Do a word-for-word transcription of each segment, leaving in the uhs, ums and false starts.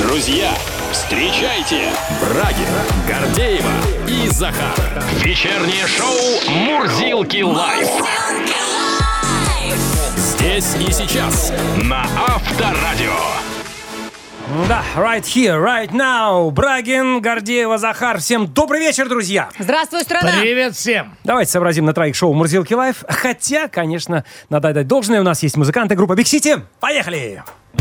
Друзья, встречайте Брагина, Гордеева и Захар. Вечернее шоу «Мурзилки лайф». Здесь и сейчас на Авторадио. Да, right here, right now. Брагин, Гордеева, Захар. Всем добрый вечер, друзья. Здравствуй, страна. Привет всем. Давайте сообразим на троих шоу «Мурзилки лайф». Хотя, конечно, надо отдать должное. У нас есть музыканты, группа Big City. Поехали!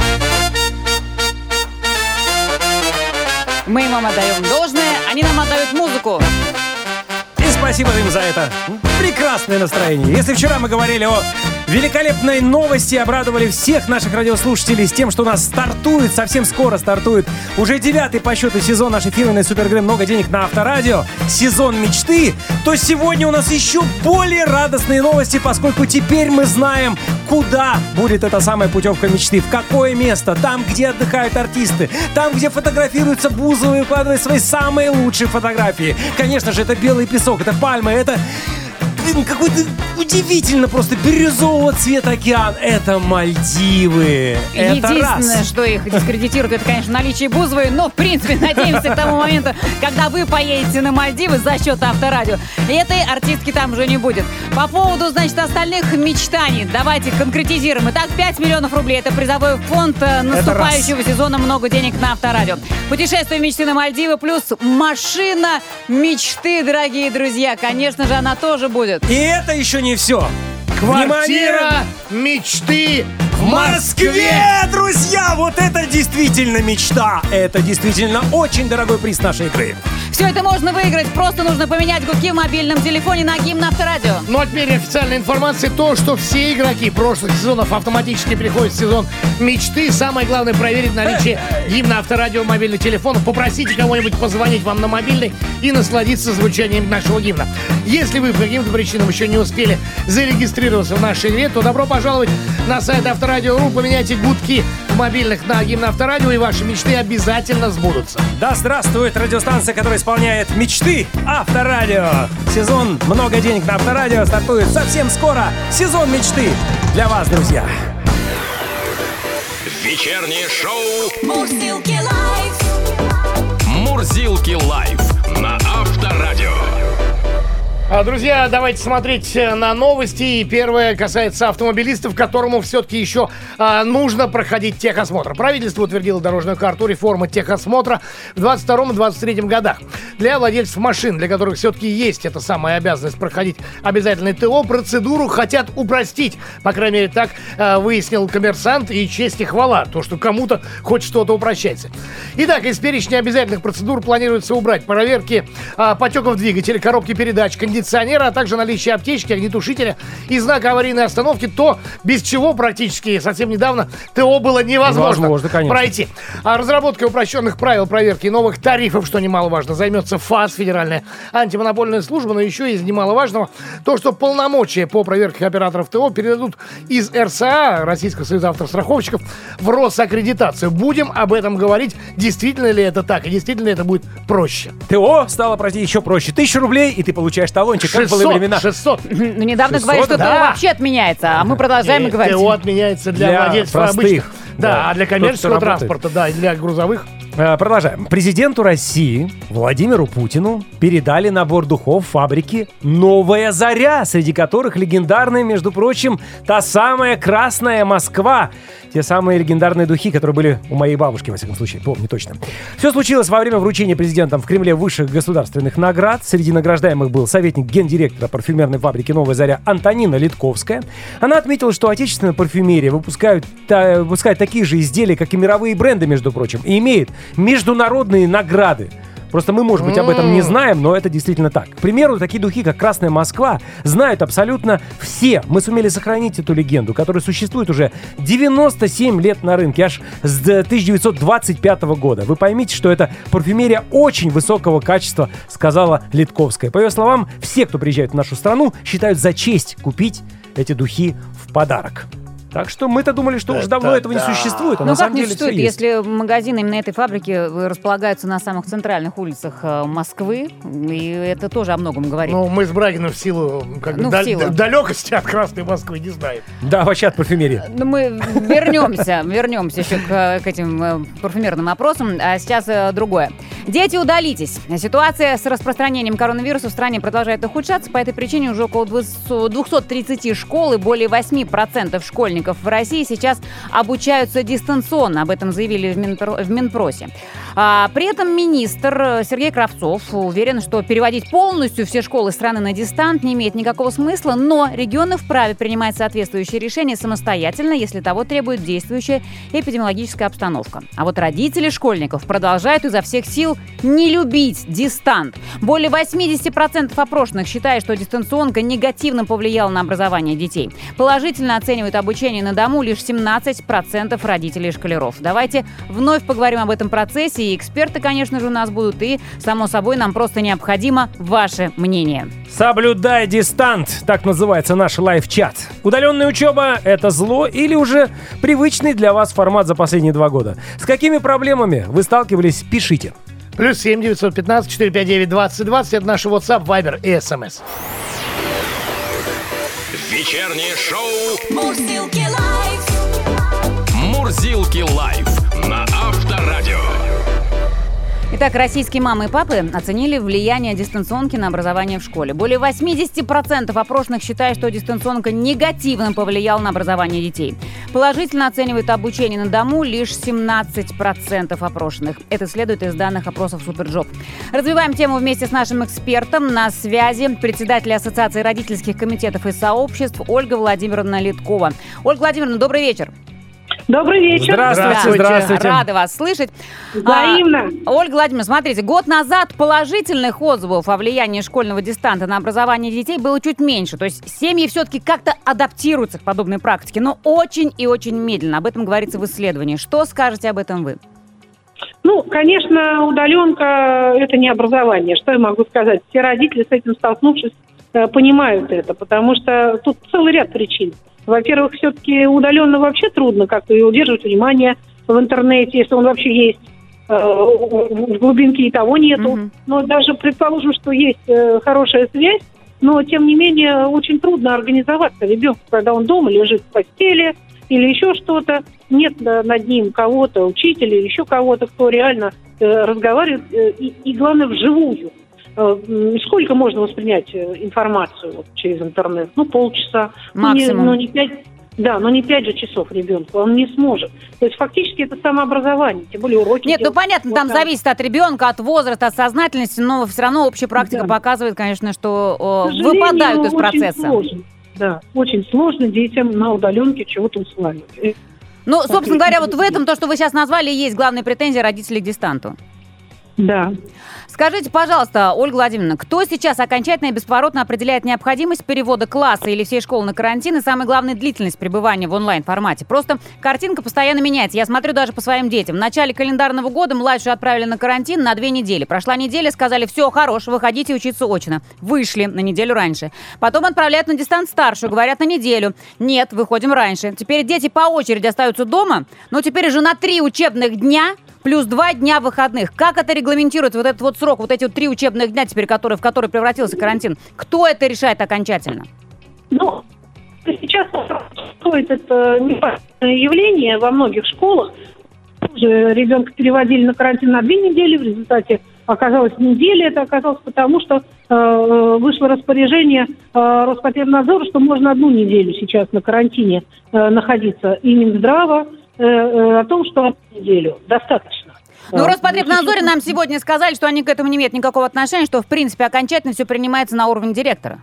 Мы им отдаем должное, они нам отдают музыку. И спасибо им за это прекрасное настроение. Если вчера мы говорили о великолепной новости, обрадовали всех наших радиослушателей с тем, что у нас стартует, совсем скоро стартует уже девятый по счету сезон нашей фирменной супергры «Много денег на Авторадио», сезон мечты, то сегодня у нас еще более радостные новости, поскольку теперь мы знаем, куда будет эта самая путевка мечты, в какое место, там, где отдыхают артисты, там, где фотографируются Бузовы и выкладывают свои самые лучшие фотографии. Конечно же, это белый песок, это пальмы, это... какой-то удивительно просто бирюзового цвета океан. Это Мальдивы. Единственное, что их дискредитирует, это, конечно, наличие Бузовой, но, в принципе, надеемся к тому моменту, когда вы поедете на Мальдивы за счет Авторадио. И этой артистки там уже не будет. По поводу, значит, остальных мечтаний, давайте конкретизируем. Итак, пять миллионов рублей. Это призовой фонд наступающего сезона «Много денег на Авторадио». Путешествие мечты на Мальдивы плюс машина мечты, дорогие друзья. Конечно же, она тоже будет. И это еще не все. Квартира мечты в Москве, друзья! Вот это действительно мечта. Это действительно очень дорогой приз нашей игры. Все это можно выиграть. Просто нужно поменять гудки в мобильном телефоне на гимн Авторадио. Ну а теперь официальная информация: то, что все игроки прошлых сезонов автоматически переходят в сезон мечты. Самое главное — проверить наличие гимна Авторадио в мобильных телефонах. Попросите кого-нибудь позвонить вам на мобильный и насладиться звучанием нашего гимна. Если вы по каким-то причинам еще не успели зарегистрироваться в нашей игре, то добро пожаловать на сайт Авторадио точка ру, поменяйте гудки в мобильных на гимн Авторадио, и ваши мечты обязательно сбудутся. Да здравствует радиостанция, которая исполняет мечты, Авторадио. Сезон «Много денег на Авторадио» стартует совсем скоро. Сезон мечты для вас, друзья. Вечернее шоу Мурзилки лайф. «Мурзилки лайф» на Авторадио. Друзья, давайте смотреть на новости. И первое касается автомобилистов, которому все-таки еще а, нужно проходить техосмотр. Правительство утвердило дорожную карту реформы техосмотра в двадцать втором и двадцать третьем годах. Для владельцев машин, для которых все-таки есть эта самая обязанность проходить обязательное ТО, процедуру хотят упростить. По крайней мере, так а, выяснил «Коммерсант», и честь и хвала, то, что кому-то хоть что-то упрощается. Итак, из перечня обязательных процедур планируется убрать проверки а, потеков двигателя, коробки передач, кондиционера, кондиционера, а также наличие аптечки, огнетушителя и знака аварийной остановки, то, без чего практически совсем недавно ТО было невозможно Возможно, пройти. А разработкой упрощенных правил проверки и новых тарифов, что немаловажно, займется ФАС, Федеральная антимонопольная служба, но еще из немаловажного то, что полномочия по проверке операторов ТО передадут из эр эс а, Российского союза автостраховщиков, в Росаккредитацию. Будем об этом говорить, действительно ли это так, и действительно ли это будет проще. ТО стало пройти еще проще. Тысячу рублей, и ты получаешь талончик, как было времена. шестьсот. Ну, недавно шестьсот, говорили, что да. ТО вообще отменяется, а мы продолжаем И говорить. ТО отменяется для, Для владельцев простых, обычных. Да, да. а для коммерческого Тот, кто работает. транспорта, да, и для грузовых. Продолжаем. Президенту России Владимиру Путину передали набор духов фабрики «Новая заря», среди которых легендарная, между прочим, та самая «Красная Москва». Те самые легендарные духи, которые были у моей бабушки, во всяком случае, помню точно. Все случилось во время вручения президентом в Кремле высших государственных наград. Среди награждаемых был советник гендиректора парфюмерной фабрики «Новая заря» Антонина Литковская. Она отметила, что отечественная парфюмерия выпускают, та, выпускает такие же изделия, как и мировые бренды, между прочим, и имеет международные награды. Просто мы, может быть, об этом не знаем, но это действительно так. К примеру, такие духи, как «Красная Москва», знают абсолютно все. Мы сумели сохранить эту легенду, которая существует уже девяносто семь лет на рынке, аж с тысяча девятьсот двадцать пятого года. Вы поймите, что это парфюмерия очень высокого качества, сказала Литковская. По ее словам, все, кто приезжает в нашу страну, считают за честь купить эти духи в подарок. Так что мы-то думали, что уже Это давно этого не да. существует, а Ну на как самом не деле все существует, есть. если магазины именно этой фабрики располагаются на самых центральных улицах э, Москвы, и это тоже о многом говорит. Ну, мы с Брагиным в силу, как бы, Ну, в дал- силу. д- далекости от Красной Москвы не знаем. Да, вообще от парфюмерии. Ну, мы вернемся, вернемся еще к, к этим э, парфюмерным опросам, а сейчас э, другое. Дети, удалитесь. Ситуация с распространением коронавируса в стране продолжает ухудшаться. По этой причине уже около двести тридцать школ и более восемь процентов школьников в России сейчас обучаются дистанционно. Об этом заявили в, Минпро- в Минпросе. А, при этом министр Сергей Кравцов уверен, что переводить полностью все школы страны на дистант не имеет никакого смысла, но регионы вправе принимать соответствующие решения самостоятельно, если того требует действующая эпидемиологическая обстановка. А вот родители школьников продолжают изо всех сил не любить дистант. Более восемьдесят процентов опрошенных считают, что дистанционка негативно повлияла на образование детей. Положительно оценивают обучение на дому лишь семнадцать процентов родителей школяров. Давайте вновь поговорим об этом процессе. И эксперты, конечно же, у нас будут. И, само собой, нам просто необходимо ваше мнение. Соблюдай дистант, так называется наш лайв-чат. Удаленная учеба – это зло или уже привычный для вас формат за последние два года? С какими проблемами вы сталкивались? Пишите. Плюс семь девятьсот пятнадцать четыреста пятьдесят девять двадцать двадцать. Это наш WhatsApp, Viber и эс эм эс. Вечернее шоу Мурзилки лайф. «Мурзилки лайф» на Авторадио. Итак, российские мамы и папы оценили влияние дистанционки на образование в школе. Более восемьдесят процентов опрошенных считают, что дистанционка негативно повлияла на образование детей. Положительно оценивают обучение на дому лишь семнадцать процентов опрошенных. Это следует из данных опросов Суперджоп. Развиваем тему вместе с нашим экспертом. На связи председатель Ассоциации родительских комитетов и сообществ Ольга Владимировна Литкова. Ольга Владимировна, добрый вечер. Добрый вечер. Здравствуйте, Здравствуйте. здравствуйте. Рада вас слышать. Взаимно. А, Ольга Владимировна, смотрите, год назад положительных отзывов о влиянии школьного дистанта на образование детей было чуть меньше. То есть семьи все-таки как-то адаптируются к подобной практике, но очень и очень медленно. Об этом говорится в исследовании. Что скажете об этом вы? Ну, конечно, удаленка – это не образование. Что я могу сказать? Все родители, с этим столкнувшись, э, понимают это, потому что тут целый ряд причин. Во-первых, все-таки удаленно вообще трудно как-то и удерживать внимание в интернете, если он вообще есть. Э, в глубинке и того нету. Мгм. Но даже предположим, что есть э, хорошая связь, но, тем не менее, очень трудно организоваться ребенку, когда он дома лежит в постели или еще что-то. Нет э, над ним кого-то, учителя или еще кого-то, кто реально э, разговаривает, э, и, и, главное, вживую. Э, м, сколько можно воспринять э, информацию вот, через интернет? Ну, полчаса. Максимум. Ну, не, ну, не пять, да, но не пять же часов ребенку, он не сможет. То есть, фактически, это самообразование, тем более уроки. Нет, ну делать. понятно, там Вот так. зависит от ребенка, от возраста, от сознательности, но все равно общая практика Да. показывает, конечно, что К о, сожалению, выпадают из очень процесса. сложно. Да, очень сложно детям на удаленке чего-то усваивать. Э, Ну, собственно Смотрите, говоря, вот в этом то, что вы сейчас назвали, и есть главная претензия родителей к дистанту. Да. Скажите, пожалуйста, Ольга Владимировна, кто сейчас окончательно и бесповоротно определяет необходимость перевода класса или всей школы на карантин и, самое главное, длительность пребывания в онлайн-формате? Просто картинка постоянно меняется. Я смотрю даже по своим детям. В начале календарного года младшую отправили на карантин на две недели. Прошла неделя, сказали, все, хорош, выходите учиться очно. Вышли на неделю раньше. Потом отправляют на дистант старшую, говорят, на неделю. Нет, выходим раньше. Теперь дети по очереди остаются дома, но теперь уже на три учебных дня плюс два дня выходных. Как это регламентирует вот этот вот срок, вот эти вот три учебных дня теперь, которые, в которые превратился карантин? Кто это решает окончательно? Ну, сейчас происходит это непонятное явление во многих школах. Уже ребенка переводили на карантин на две недели, в результате оказалось неделя. Это оказалось потому, что э, вышло распоряжение э, Роспотребнадзора, что можно одну неделю сейчас на карантине э, находиться. И Минздрава э, э, о том, что одну неделю достаточно. Ну, в Э, Роспотребнадзоре нам сегодня сказали, что они к этому не имеют никакого отношения, что, в принципе, окончательно все принимается на уровне директора.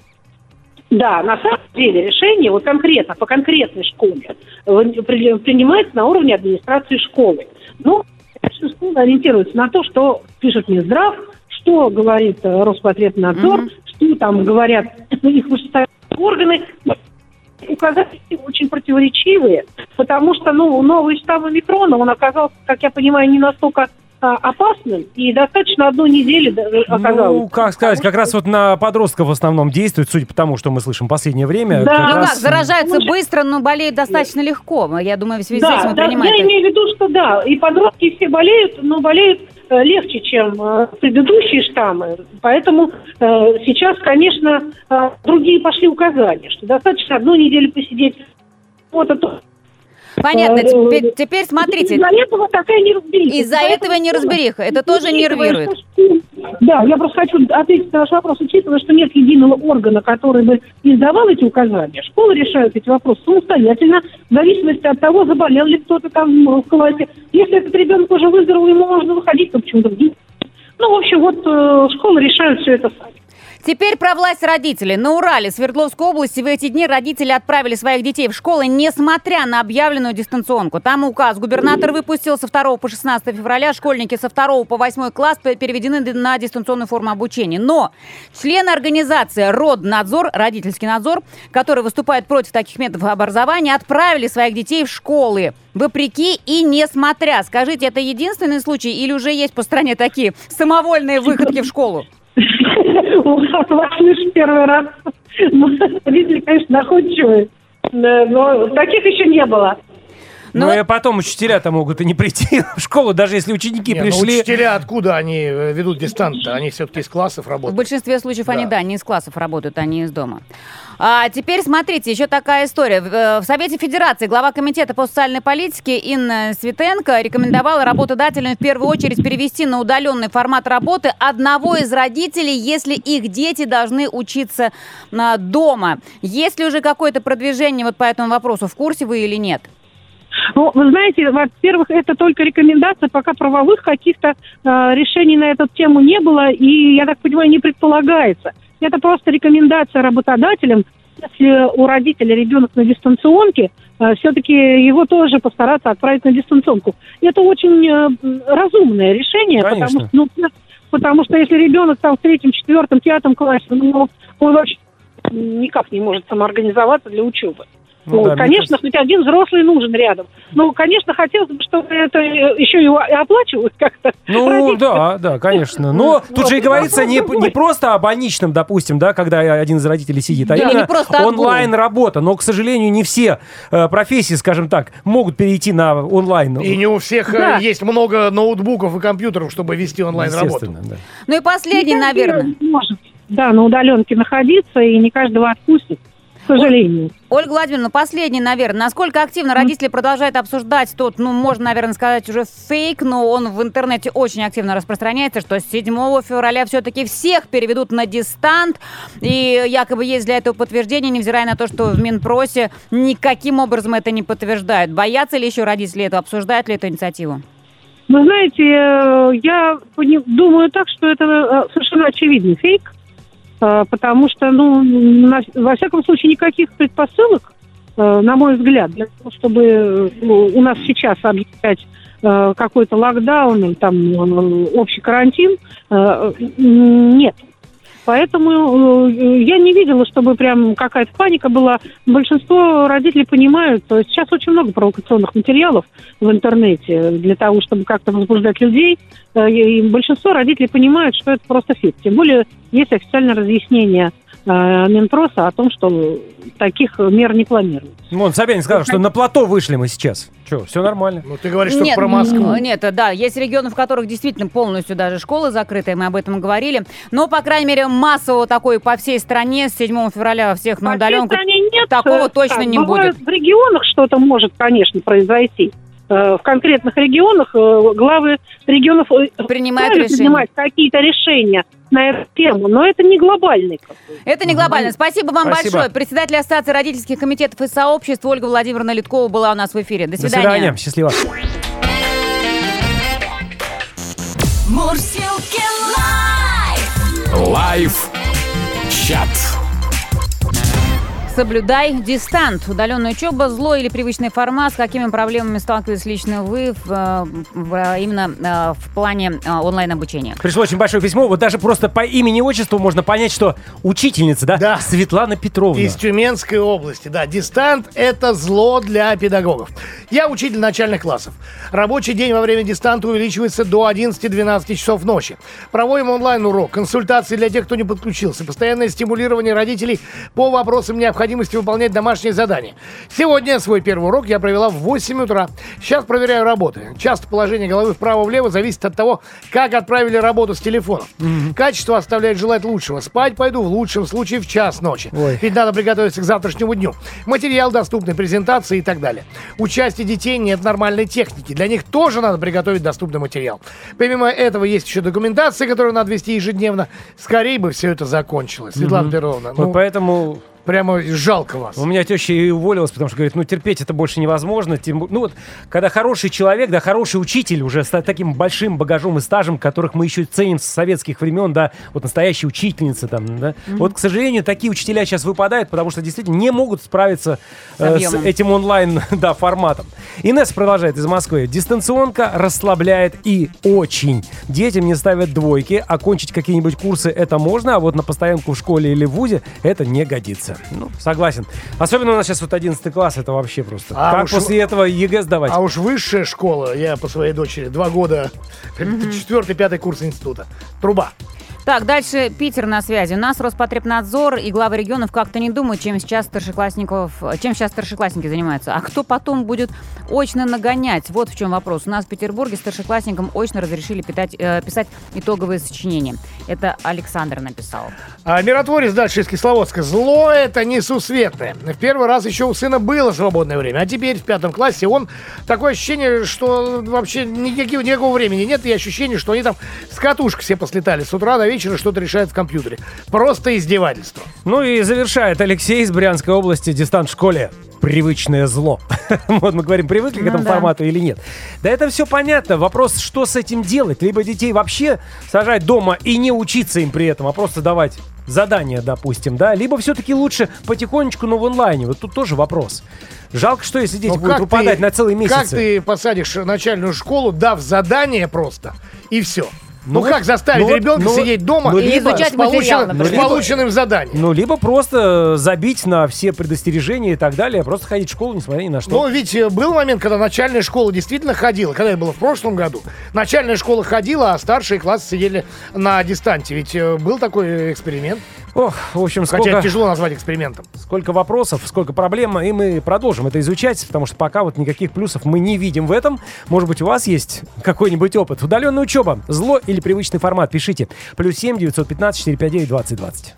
Да, на самом деле решение вот конкретно, по конкретной школе э, при- принимается на уровне администрации школы. Но школа ориентируется на то, что пишет Минздрав, что говорит э, Роспотребнадзор, Мгм. что там говорят их вышестоящие органы. Указатели очень противоречивые, потому что ну, новый штамм омикрона, он оказался, как я понимаю, не настолько а, опасным, и достаточно одной недели даже оказалось. Ну, как сказать, как раз вот на подростков в основном действует, судя по тому, что мы слышим в последнее время. Да. как Ну раз- как, заражаются быстро, но болеют достаточно легко. Я думаю, в связи с Да, этим да, принимают... я имею в виду, что да, и подростки все болеют, но болеют э, легче, чем э, предыдущие штаммы. Поэтому э, сейчас, конечно, э, другие пошли указания, что достаточно одну неделю посидеть. Вот это. Понятно, Э, теперь, теперь смотрите. Из-за этого такая неразбериха. Из-за Поэтому- этого неразбериха. Это тоже нервирует. Да, я просто хочу ответить на ваш вопрос, учитывая, что нет единого органа, который бы издавал эти указания. Школы решают эти вопросы самостоятельно, в зависимости от того, заболел ли кто-то там в классе. Если этот ребенок уже выздоровел, ему можно выходить, то почему-то нет. Ну, в общем, вот э, школы решают все это сами. Теперь про власть родителей. На Урале, Свердловской области, в эти дни родители отправили своих детей в школы, несмотря на объявленную дистанционку. Там указ губернатор выпустил: со второго по шестнадцатое февраля школьники со второго по восьмой класс переведены на дистанционную форму обучения. Но члены организации Роднадзор, родительский надзор, который выступает против таких методов образования, отправили своих детей в школы. Вопреки и несмотря. Скажите, это единственный случай или уже есть по стране такие самовольные выходки в школу? У вас лишь первый раз. Ну, родители, конечно, находчивые, но таких еще не было. Ну, Ну, и потом учителя-то могут и не прийти в школу, даже если ученики Не, ну, пришли. учителя откуда они э, ведут дистант-то? Они все-таки из классов В работают. большинстве случаев они, Да. да, не из классов работают, а не из дома. А теперь смотрите, еще такая история. В, э, в Совете Федерации глава комитета по социальной политике Инна Светенко рекомендовала работодателям в первую очередь перевести на удаленный формат работы одного из родителей, если их дети должны учиться а, дома. Есть ли уже какое-то продвижение вот по этому вопросу? В курсе вы или нет? Ну, вы знаете, во-первых, это только рекомендации, пока правовых каких-то э, решений на эту тему не было, и, я так понимаю, не предполагается. Это просто рекомендация работодателям, если у родителя ребенок на дистанционке, э, все-таки его тоже постараться отправить на дистанционку. Это очень э, разумное решение, потому Конечно. что, ну, потому что если ребенок там в третьем, четвертом, пятом классе, ну, он вообще никак не может самоорганизоваться для учебы. Ну Ну, да, мне конечно, хоть один взрослый нужен рядом. Ну, конечно, хотелось бы, чтобы это э, еще и оплачивалось как-то. Ну, Родители. да, да, конечно. Но тут же и говорится не, не просто о больничном, допустим, да, когда один из родителей сидит, а Да, именно не просто отгул. онлайн-работа. Но, к сожалению, не все э, профессии, скажем так, могут перейти на онлайн. И не у всех э, Да. есть много ноутбуков и компьютеров, чтобы вести онлайн-работу. Естественно, да. Ну и последний, Не каждый наверное. может, да, на удаленке находиться, и не каждого отпустит, к сожалению. Ольга Владимировна, последний, наверное. Насколько активно родители продолжают обсуждать тот, ну, можно, наверное, сказать, уже фейк, но он в интернете очень активно распространяется, что с седьмого февраля все-таки всех переведут на дистант, и якобы есть для этого подтверждение, невзирая на то, что в Минпросе никаким образом это не подтверждают. Боятся ли еще родители этого, обсуждают ли эту инициативу? Вы знаете, э, я пони- думаю так, что это э, совершенно очевидный фейк, э, потому что, ну, на- во всяком случае, никаких предпосылок, э, на мой взгляд, для того, чтобы э, ну, у нас сейчас объявлять э, какой-то локдаун или там э, общий карантин, э, нет. Поэтому э, я не видела, чтобы прям какая-то паника была. Большинство родителей понимают, то есть сейчас очень много провокационных материалов в интернете для того, чтобы как-то возбуждать людей. Э, и большинство родителей понимают, что это просто фейк. Тем более есть официальное разъяснение э, Минпроса о том, что таких мер не планируется. Вон, Собянин сказал, что на плато вышли мы сейчас. Че, все нормально. Ну, ты говоришь, что Нет, про Москву. м, Нет, да, есть регионы, в которых действительно полностью даже школы закрыты, мы об этом говорили. Но, по крайней мере, массово такой по всей стране с седьмого февраля во всех на По всей удаленку стране нет, такого э, точно так, не бывает, будет. В регионах что-то может, конечно, произойти. Э, В конкретных регионах э, главы регионов э, Принимают вправе решения. принимать какие-то решения на эту тему, но это не глобальный. какой-то. Это не глобально. Спасибо вам Спасибо. большое. Председатель Ассоциации родительских комитетов и сообществ Ольга Владимировна Литкова была у нас в эфире. До До свидания. свидания. Счастливо. Мурсилки лайф. Лайф чат. Соблюдай дистант. Удаленная учеба, зло или привычный формат. С какими проблемами сталкиваетесь лично вы в, в, именно в плане онлайн-обучения? Пришло очень большое письмо. Вот даже просто по имени и отчеству можно понять, что учительница, да? Да. Светлана Петровна. Из Тюменской области, да. Дистант – это зло для педагогов. Я учитель начальных классов. Рабочий день во время дистанта увеличивается до одиннадцати-двенадцати часов ночи. Проводим онлайн-урок, консультации для тех, кто не подключился, постоянное стимулирование родителей по вопросам необходимости выполнять домашние задания. Сегодня свой первый урок я провела в восемь утра. Сейчас проверяю работы. Часто положение головы вправо-влево зависит от того, как отправили работу с телефонов. Mm-hmm. Качество оставляет желать лучшего. Спать пойду в лучшем случае в час ночи. Ой. Ведь надо приготовиться к завтрашнему дню. Материал доступный, презентации и так далее. У части детей нет нормальной техники. Для них тоже надо приготовить доступный материал. Помимо этого есть еще документация, которую надо вести ежедневно. Скорее бы все это закончилось. Светлана mm-hmm. Петровна. Ну, ну, поэтому... Прямо жалко вас. У меня теща и уволилась, потому что говорит, ну терпеть это больше невозможно. Тем, ну вот, когда хороший человек, да, хороший учитель уже с таким большим багажом и стажем, которых мы еще ценим с советских времен, да, вот настоящие учительницы там, да. Mm-hmm. Вот, к сожалению, такие учителя сейчас выпадают, потому что действительно не могут справиться э, с этим онлайн, да, форматом. Инесса продолжает из Москвы. Дистанционка расслабляет и очень. Детям не ставят двойки, окончить какие-нибудь курсы это можно, а вот на постоянку в школе или в вузе это не годится. Ну, согласен. Особенно у нас сейчас вот одиннадцатый класс, это вообще просто. А как после в... этого ЕГЭ сдавать? А уж высшая школа, я по своей дочери, два года, mm-hmm. четвертый, пятый курс института. Труба. Так, дальше Питер на связи. У нас Роспотребнадзор и главы регионов как-то не думают, чем сейчас старшеклассников, чем сейчас старшеклассники занимаются. А кто потом будет очно нагонять? Вот в чем вопрос. У нас в Петербурге старшеклассникам очно разрешили питать, э, писать итоговые сочинения. Это Александр написал. А миротворец дальше из Кисловодска. Зло это несусветное. В первый раз еще у сына было свободное время, а теперь в пятом классе он такое ощущение, что вообще никакого, никакого времени нет, и ощущение, что они там с катушек все послетали с утра до вечера что-то решают в компьютере. Просто издевательство. Ну и завершает Алексей из Брянской области. Дистант в школе. Привычное зло. Вот мы говорим, привыкли к ну, этому да. формату или нет. Да это все понятно. Вопрос, что с этим делать? Либо детей вообще сажать дома и не учиться им при этом, а просто давать задания, допустим, да? Либо все-таки лучше потихонечку, но в онлайне. Вот тут тоже вопрос. Жалко, что если дети но будут выпадать ты, на целый месяц. Как ты посадишь начальную школу, дав задание просто, и все? Ну, ну как заставить ну, ребенка ну, сидеть дома ну, и либо, с, полученным, ну, с полученным заданием? Ну, либо просто забить на все предостережения и так далее, просто ходить в школу, несмотря ни на что. Ну, ведь был момент, когда начальная школа действительно ходила, когда это было в прошлом году. Начальная школа ходила, а старшие классы сидели на дистанте. Ведь был такой эксперимент. Ох, в общем, сколько... Хотя тяжело назвать экспериментом. Сколько вопросов, сколько проблем, и мы продолжим это изучать, потому что пока вот никаких плюсов мы не видим в этом. Может быть, у вас есть какой-нибудь опыт. Удаленная учеба, зло или привычный формат? Пишите. Плюс семь девятьсот пятнадцать четыреста пятьдесят девять двадцать двадцать.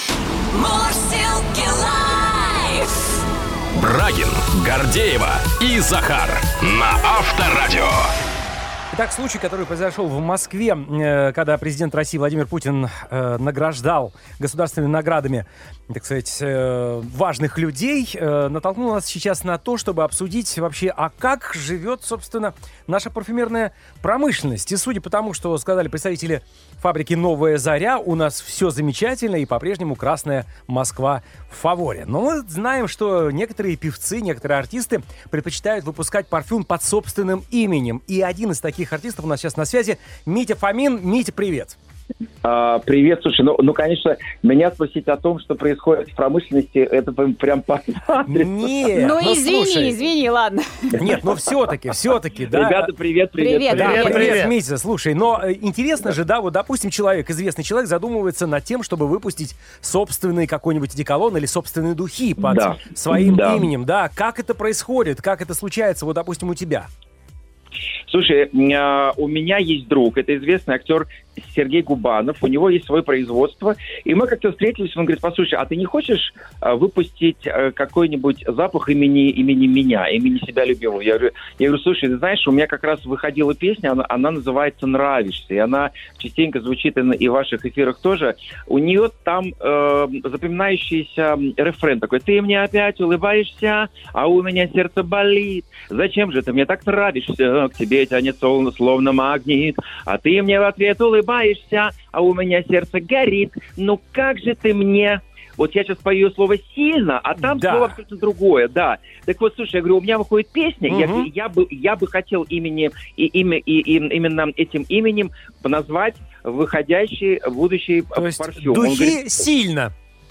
Брагин, Гордеева и Захар на Авторадио. Итак, случай, который произошел в Москве, э, когда президент России Владимир Путин э, награждал государственными наградами, так сказать, э, важных людей, э, натолкнул нас сейчас на то, чтобы обсудить вообще, а как живет, собственно, наша парфюмерная промышленность. И судя по тому, что сказали представители фабрики «Новая Заря», у нас все замечательно и по-прежнему красная Москва в фаворе. Но мы знаем, что некоторые певцы, некоторые артисты предпочитают выпускать парфюм под собственным именем. И один из таких артистов у нас сейчас на связи Митя Фомин. Митя, привет. А, привет, слушай, ну, ну, конечно, меня спросить о том, что происходит в промышленности, это прям по адресу. Нет, ну, ну извини, слушай. извини, ладно. Нет, ну все-таки, все-таки, да. Ребята, привет, привет. Привет, Да, привет, привет, привет. Митя, слушай, но э, интересно же, да, вот, допустим, человек, известный человек задумывается над тем, чтобы выпустить собственный какой-нибудь одеколон или собственные духи под Да. своим Да. именем, да. Как это происходит, как это случается, вот, допустим, у тебя? Слушай, э, у меня есть друг, это известный актер Сергей Губанов, у него есть свое производство, и мы как-то встретились, он говорит, послушай, а ты не хочешь э, выпустить э, какой-нибудь запах имени, имени меня, имени себя любимого? Я говорю, я говорю, слушай, ты знаешь, у меня как раз выходила песня, она, она называется «Нравишься», и она частенько звучит и, на, и в ваших эфирах тоже. У нее там э, запоминающийся рефрен такой, ты мне опять улыбаешься, а у меня сердце болит, зачем же ты мне так нравишься, к тебе тянет солнце словно магнит, а ты мне в ответ улыбаешься, а у меня сердце горит, ну как же ты мне вот я сейчас пою слово «сильно», а там Да. слово абсолютно другое, да. Так вот, слушай, я говорю, у меня выходит песня, я, Мгм. я, бы, я бы хотел имени, и, имя, и, и именно этим именем назвать выходящий будущий То есть парфюм. Он духи говорит, сильно.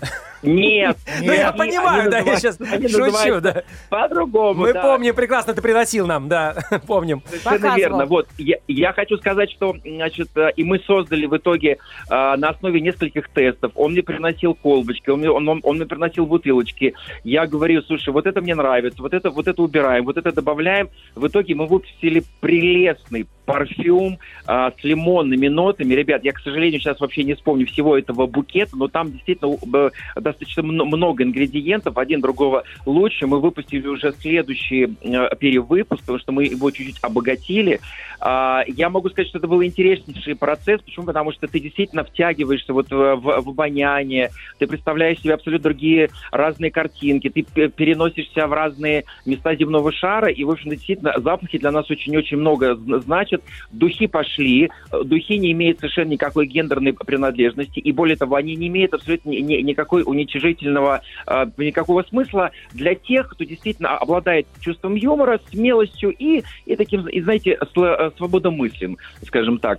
нет. Ну, я они- понимаю, они да, я называют- сейчас они шучу, называются да. По-другому, Мы да. помним прекрасно, ты приносил нам, да, помним. Совершенно Показывал. верно. Вот, я, я хочу сказать, что, значит, э, и мы создали в итоге э, на основе нескольких тестов. Он мне приносил колбочки, он мне, он, он- он мне приносил бутылочки. Я говорю, слушай, вот это мне нравится, вот это, вот это убираем, вот это добавляем. В итоге мы выпустили прелестный парфюм э, с лимонными нотами. Ребят, я, к сожалению, сейчас вообще не вспомню всего этого букета, но там действительно э, достаточно мно- много ингредиентов, один другого лучше. Мы выпустили уже следующий э, перевыпуск, потому что мы его чуть-чуть обогатили. А, я могу сказать, что это был интереснейший процесс. Почему? Потому что ты действительно втягиваешься вот в, в- в обоняние, ты представляешь себе абсолютно другие разные картинки, ты п- переносишься в разные места земного шара, и, в общем, действительно, запахи для нас очень-очень много зн- значат. Духи пошли, э, духи не имеют совершенно никакой гендерной принадлежности, и более того, они не имеют абсолютно ни- ни- никакой уничижительного, э, никакого смысла для тех, кто действительно обладает чувством юмора, смелостью и, и таким, и, знаете, сл- свободомыслием, скажем так.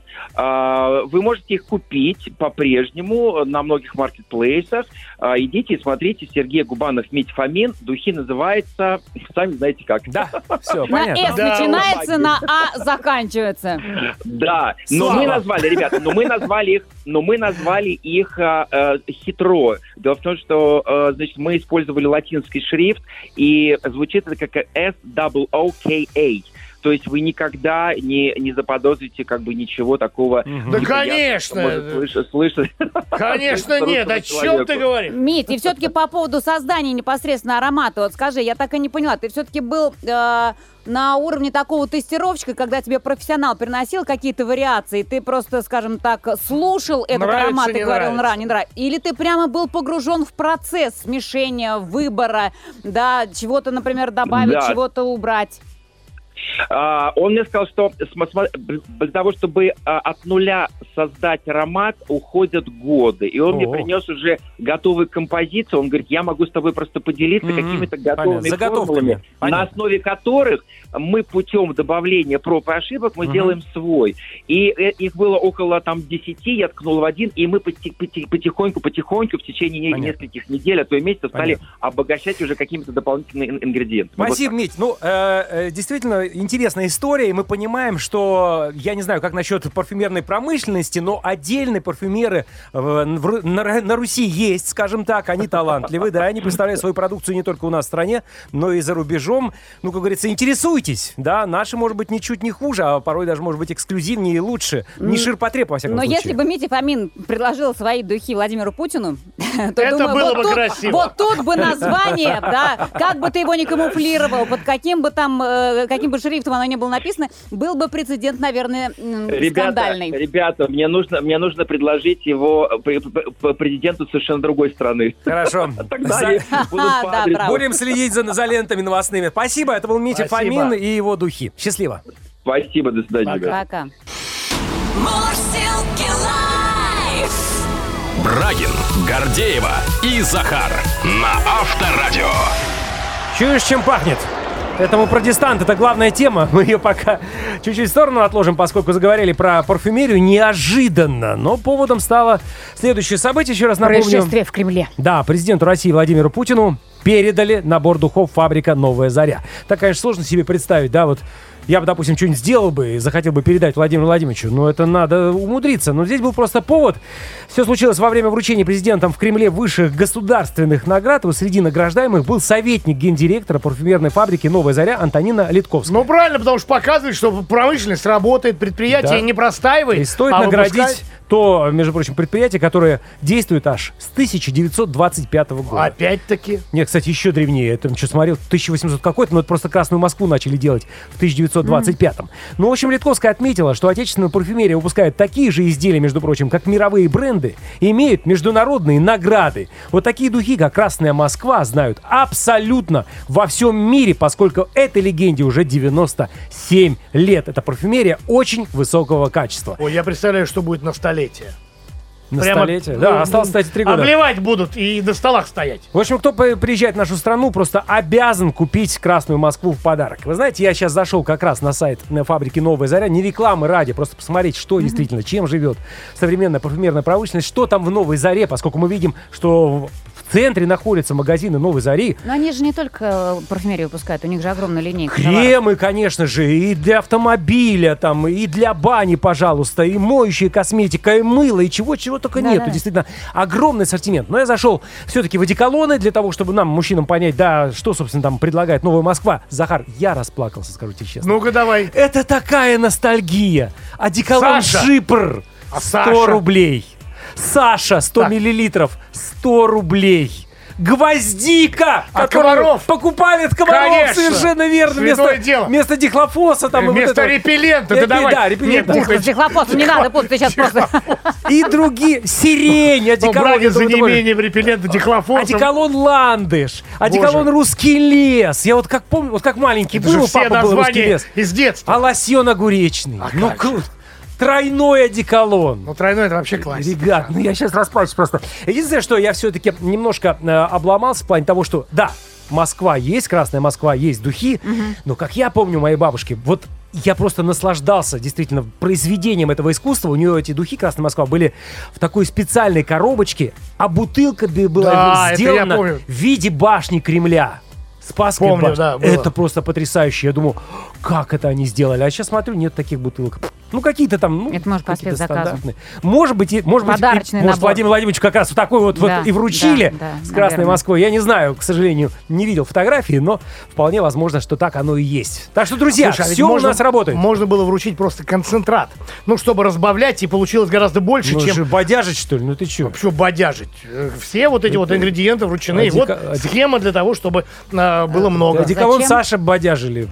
А, Вы можете их купить по-прежнему на многих маркетплейсах. А, Идите и смотрите. Сергей Губанов, Митя Фомин. Духи называется, сами знаете как. Да, все, На понятно. «С» Да, начинается, на «А» заканчивается. Да, но Слава. мы назвали, ребята, но мы назвали их, но мы назвали их а, а, хитро. Дело в том, что, а, значит, мы использовали латинский шрифт, и звучит это как эс дабл о кей эй. То есть вы никогда не, не заподозрите как бы ничего такого. Да, неприятного, конечно. что может слышать- слышать. Конечно, нет. О чем ты говоришь? Мить, и все-таки по поводу создания непосредственно аромата, вот скажи, я так и не поняла, ты все-таки был э, на уровне такого тестировщика, когда тебе профессионал приносил какие-то вариации, ты просто, скажем так, слушал этот Нравится, аромат и не говорил, нравится. нра, не нравится. Или ты прямо был погружен в процесс смешения, выбора, да, чего-то, например, добавить, Да. чего-то убрать. А, Он мне сказал, что см- см- для того, чтобы а, от нуля создать аромат, уходят годы. И он мне О. принес уже готовые композиции. Он говорит, я могу с тобой просто поделиться Мгм. какими-то Понятно. готовыми Заготовками. формулами, Понятно. на основе которых мы путем добавления проб и ошибок мы Мгм. делаем свой. И э, их было около там десяти, я ткнул в один, и мы поти- поти- потихоньку-потихоньку в течение не- Понятно. нескольких недель, а то и месяцев стали Понятно. обогащать уже какими-то дополнительными ин- ингредиентами. Вот Спасибо, Мить. Ну, э, э, действительно интересная история, и мы понимаем, что, я не знаю, как насчет парфюмерной промышленности, но отдельные парфюмеры э, в Ру- на, Р- на Руси есть, скажем так, они талантливы, да, они представляют свою продукцию не только у нас в стране, но и за рубежом. Ну, как говорится, интересуйтесь, да, наши, может быть, ничуть не хуже, а порой даже, может быть, эксклюзивнее и лучше. Не ширпотреб, во всяком Но случае. если бы Митя Фомин предложил свои духи Владимиру Путину, то, Это думаю, было вот бы тут, красиво. вот тут бы название, да, как бы ты его ни камуфлировал, под каким бы там, э, каким бы шрифтом оно ни было написано, был бы прецедент, наверное, м, Ребята, скандальный. ребята, мне нужно, мне нужно предложить его п- п- п- президенту совершенно другой страны. Хорошо. Тогда За- они будут по Да, адресу. правда. Будем следить за, за лентами новостными. Спасибо, это был Митя Спасибо. Фомин и его духи. Счастливо. Спасибо, до свидания. Пока. ребята. Пока. Мурсилки лайф. Брагин, Гордеева и Захар на Авторадио. Чуешь, чем пахнет? Это мы про дистант, это главная тема. Мы ее пока чуть-чуть в сторону отложим, поскольку заговорили про парфюмерию неожиданно. Но поводом стало следующее событие. Еще раз напомню. Происшествие в Кремле. Да, президенту России Владимиру Путину передали набор духов фабрика «Новая заря». Так, конечно, сложно себе представить, да, вот я бы, допустим, что-нибудь сделал бы и захотел бы передать Владимиру Владимировичу, но это надо умудриться. Но здесь был просто повод. Все случилось во время вручения президентом в Кремле высших государственных наград. И среди награждаемых был советник гендиректора парфюмерной фабрики «Новая заря» Антонина Литковская. Ну, правильно, потому что показывает, что промышленность работает, предприятие Да. не простаивает. И стоит а наградить выпускает- то, между прочим, предприятие, которое действует аж с тысяча девятьсот двадцать пятого года. Опять-таки. Нет, кстати, еще древнее. Это что смотрел, тысяча восемьсот какой-то, но это просто Красную Москву начали делать в тысяча девятьсот двадцать пятом. Ну, в общем, Литковская отметила, что отечественная парфюмерия выпускает такие же изделия, между прочим, как мировые бренды, и имеют международные награды. Вот такие духи, как Красная Москва, знают абсолютно во всем мире, поскольку этой легенде уже девяносто семь лет. Это парфюмерия очень высокого качества. Ой, я представляю, что будет на столетие. На Прямо, столетие. Да, ну, осталось, кстати, три года. Обливать будут и на столах стоять. В общем, кто по- приезжает в нашу страну, просто обязан купить Красную Москву в подарок. Вы знаете, я сейчас зашел как раз на сайт на фабрики «Новая заря», не рекламы ради, просто посмотреть, что действительно, чем живет современная парфюмерная промышленность, что там в «Новой заре», поскольку мы видим, что в центре находятся магазины «Новой зари». Но они же не только парфюмерию выпускают, у них же огромная линейка товаров. Кремы, конечно же, и для автомобиля, там, и для бани, пожалуйста, и моющая косметика, и мыло, и чего-чего только Да, нету. да. Действительно, огромный ассортимент. Но я зашел все-таки в одеколоны для того, чтобы нам, мужчинам, понять, да, что, собственно, там предлагает Новая Москва. Захар, я расплакался, скажу тебе честно. Ну-ка давай. Это такая ностальгия. Одеколон Саша. Джипр. А сто Саша? рублей. Саша, сто Так. миллилитров. сто рублей. Гвоздика, А которую Комаров? покупали от Комаров, Конечно. совершенно верно. Святое Вместо, дело. вместо дихлофоса там и вот Вместо это вот. репеллента, Э, ты давай. Да, репеллента. Не путай. С дихлофосом не надо путать, ты сейчас просто... И другие. Сирень, Ну, одеколон. братец, это за вот такой- неимением репеллента дихлофосом. Одеколон Ландыш, одеколон Боже. Русский лес. Я вот как помню, вот как маленький Это же был, все папа был Русский названия лес. из детства. А лосьон огуречный. А ну как круто. Тройной одеколон. Ну, тройной это вообще классика. Ребят, ну я сейчас расплачусь просто. Единственное, что я все-таки немножко э, обломался в плане того, что да, Москва есть, Красная Москва есть, духи, но как я помню моей бабушки, вот я просто наслаждался действительно произведением этого искусства. У нее эти духи Красная Москва были в такой специальной коробочке, а бутылка бы была Да, это я сделана помню. в виде башни Кремля. Спасская Помню, башня. да, было. Это просто потрясающе. Я думаю, как это они сделали? А сейчас смотрю, нет таких бутылок. Ну, какие-то там, ну, Это может по какие-то спецзаказу. стандартные. Может быть, и, может быть, и- Подарочный может, набор. Владимир Владимирович как раз вот такой вот, Да, вот и вручили да, да, с Красной наверное. Москвой. Я не знаю, к сожалению, не видел фотографии, но вполне возможно, что так оно и есть. Так что, друзья, Слушай, а ведь все у можно- нас работает. Можно было вручить просто концентрат. Ну, чтобы разбавлять, и получилось гораздо больше, Ну, чем... же бодяжить, что ли? Ну ты че? Что бодяжить? Э, Все вот эти вот ингредиенты вручены. И вот Одека- одек- схема для того, чтобы а, было много. Одеколон Зачем? Саша бодяжили.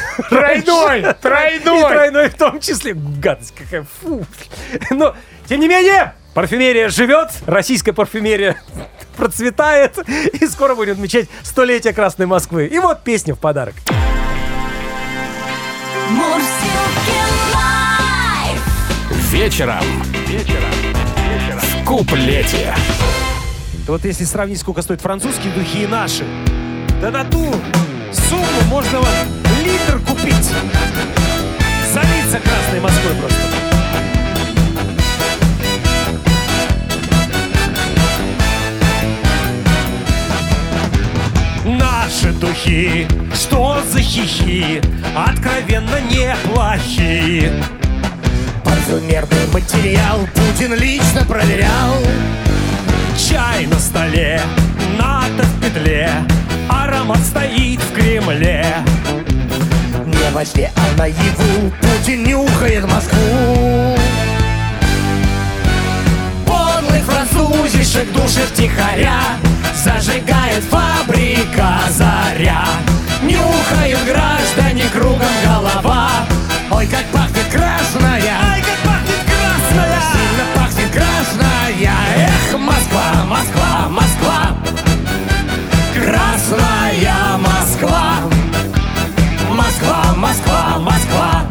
Тройной! И Тройной! тройной в том числе. Гадость какая. Фу. Но, тем не менее, парфюмерия живет, российская парфюмерия процветает, и скоро будем отмечать столетие Красной Москвы. И вот песня в подарок. Мурзилки лайф. Вечером. Вечером. В куплете. Вот если сравнить, сколько стоят французские духи и наши, да на ту сумму можно вот литр купить. Залиться Красной Москвой просто. Наши духи, что за хихи, откровенно неплохие. Парфюмерный материал Путин лично проверял. Чай на столе, НАТО в петле, аромат стоит в Кремле. Не во сне, а наяву Путин нюхает Москву. Подлый французишек души втихаря, зажигает фабрика заря. Нюхают граждане, кругом голова. Ой, как пахнет красная! Ай, как пахнет красная! Сильно пахнет красная! Эх, Москва, Москва, Москва! Красная Москва! Москва, Москва, Москва!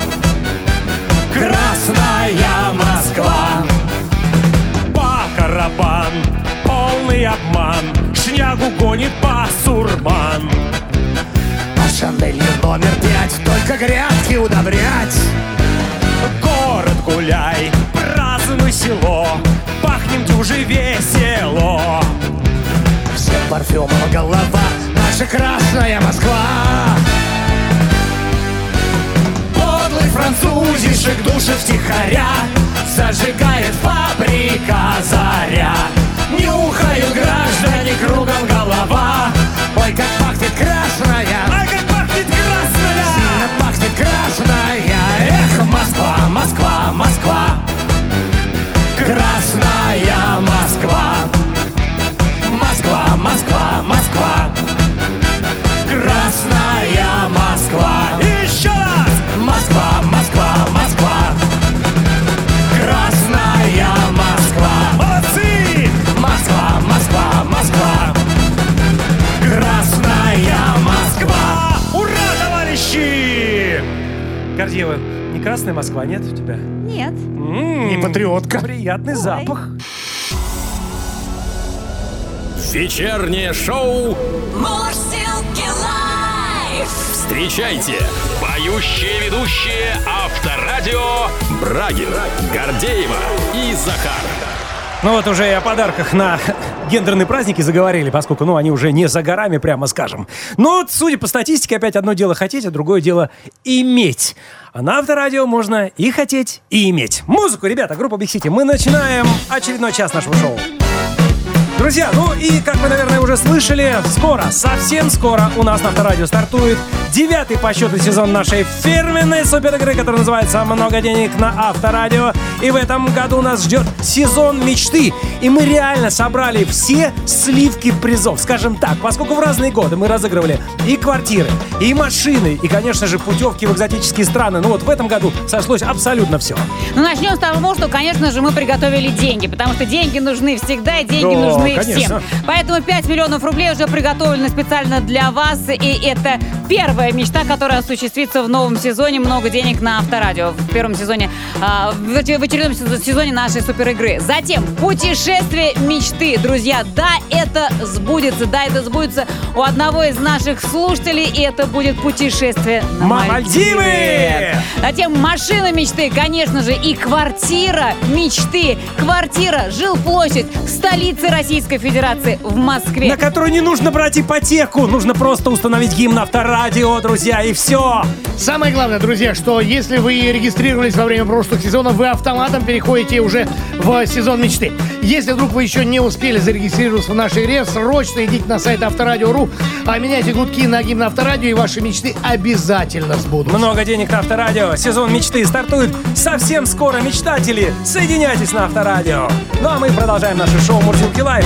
Красная Москва! Бакарабан, полный обман, шнягу гонит басурман. А Шанелью номер пять только грядки удобрять. Город гуляй, празднуй село, пахнем дюже весело. Всем парфюмом голова, наша красная Москва. Подлый французишек души втихаря, зажигает фабрика заря. Нюхают граждане, кругом голова. Ой, как пахнет красная! Ай, как пахнет красная! Сильно пахнет красная! Эх, Москва, Москва, Москва! Красная Москва! Москва, Москва, Москва! Красная Москва! Еще раз! Москва, Москва, Москва! Красная Москва! Молодцы! Москва, Москва, Москва! Красная Москва! Ура, товарищи! Гордеева, не красная Москва, нет у тебя? Нет. М-м, Не патриотка. Приятный Ой. запах. Вечернее шоу. Мурзилки лайф. Встречайте, поющие ведущие Авторадио Брагин, Гордеева и Захар. Ну вот уже и о подарках на гендерные праздники заговорили, поскольку, ну, они уже не за горами, прямо скажем. Но, вот, судя по статистике, опять одно дело хотеть, а другое дело иметь. А на Авторадио можно и хотеть, и иметь. Музыку, ребята, группа Big City. Мы начинаем очередной час нашего шоу. Друзья, ну и, как вы, наверное, уже слышали, скоро, совсем скоро у нас на Авторадио стартует девятый по счету сезон нашей фирменной суперигры, которая называется «Много денег на Авторадио». И в этом году нас ждет сезон мечты. И мы реально собрали все сливки призов, скажем так, поскольку в разные годы мы разыгрывали и квартиры, и машины, и, конечно же, путевки в экзотические страны. Ну вот в этом году сошлось абсолютно все. Ну, начнем с того, что, конечно же, мы приготовили деньги, потому что деньги нужны всегда, и деньги Да, нужны конечно. всем. Поэтому пять миллионов рублей уже приготовлены специально для вас, и это первая мечта, которая осуществится в новом сезоне «Много денег на Авторадио», в первом сезоне, э, в очередном сезоне нашей суперигры. Затем путешествие мечты, друзья. Да, это сбудется, да, это сбудется у одного из наших слушателей, и это будет путешествие на Мальдивы! Мальдивы. Затем машина мечты, конечно же, и квартира мечты. Квартира, жилплощадь в столице Российской Федерации, в Москве. На которую не нужно брать ипотеку, нужно просто установить гимн Авторадио, друзья, и все. Самое главное, друзья, что если вы регистрировались во время прошлых сезонов, вы автоматом переходите уже в сезон мечты. Если вдруг вы еще не успели зарегистрироваться в нашей игре, срочно идите на сайт авторадио точка ру, а меняйте гудки на гимн Авторадио, и ваши мечты обязательно сбудутся. Много денег на Авторадио. Сезон мечты стартует совсем скоро. Мечтатели, соединяйтесь на Авторадио. Ну а мы продолжаем наше шоу «Мурзилки лайф».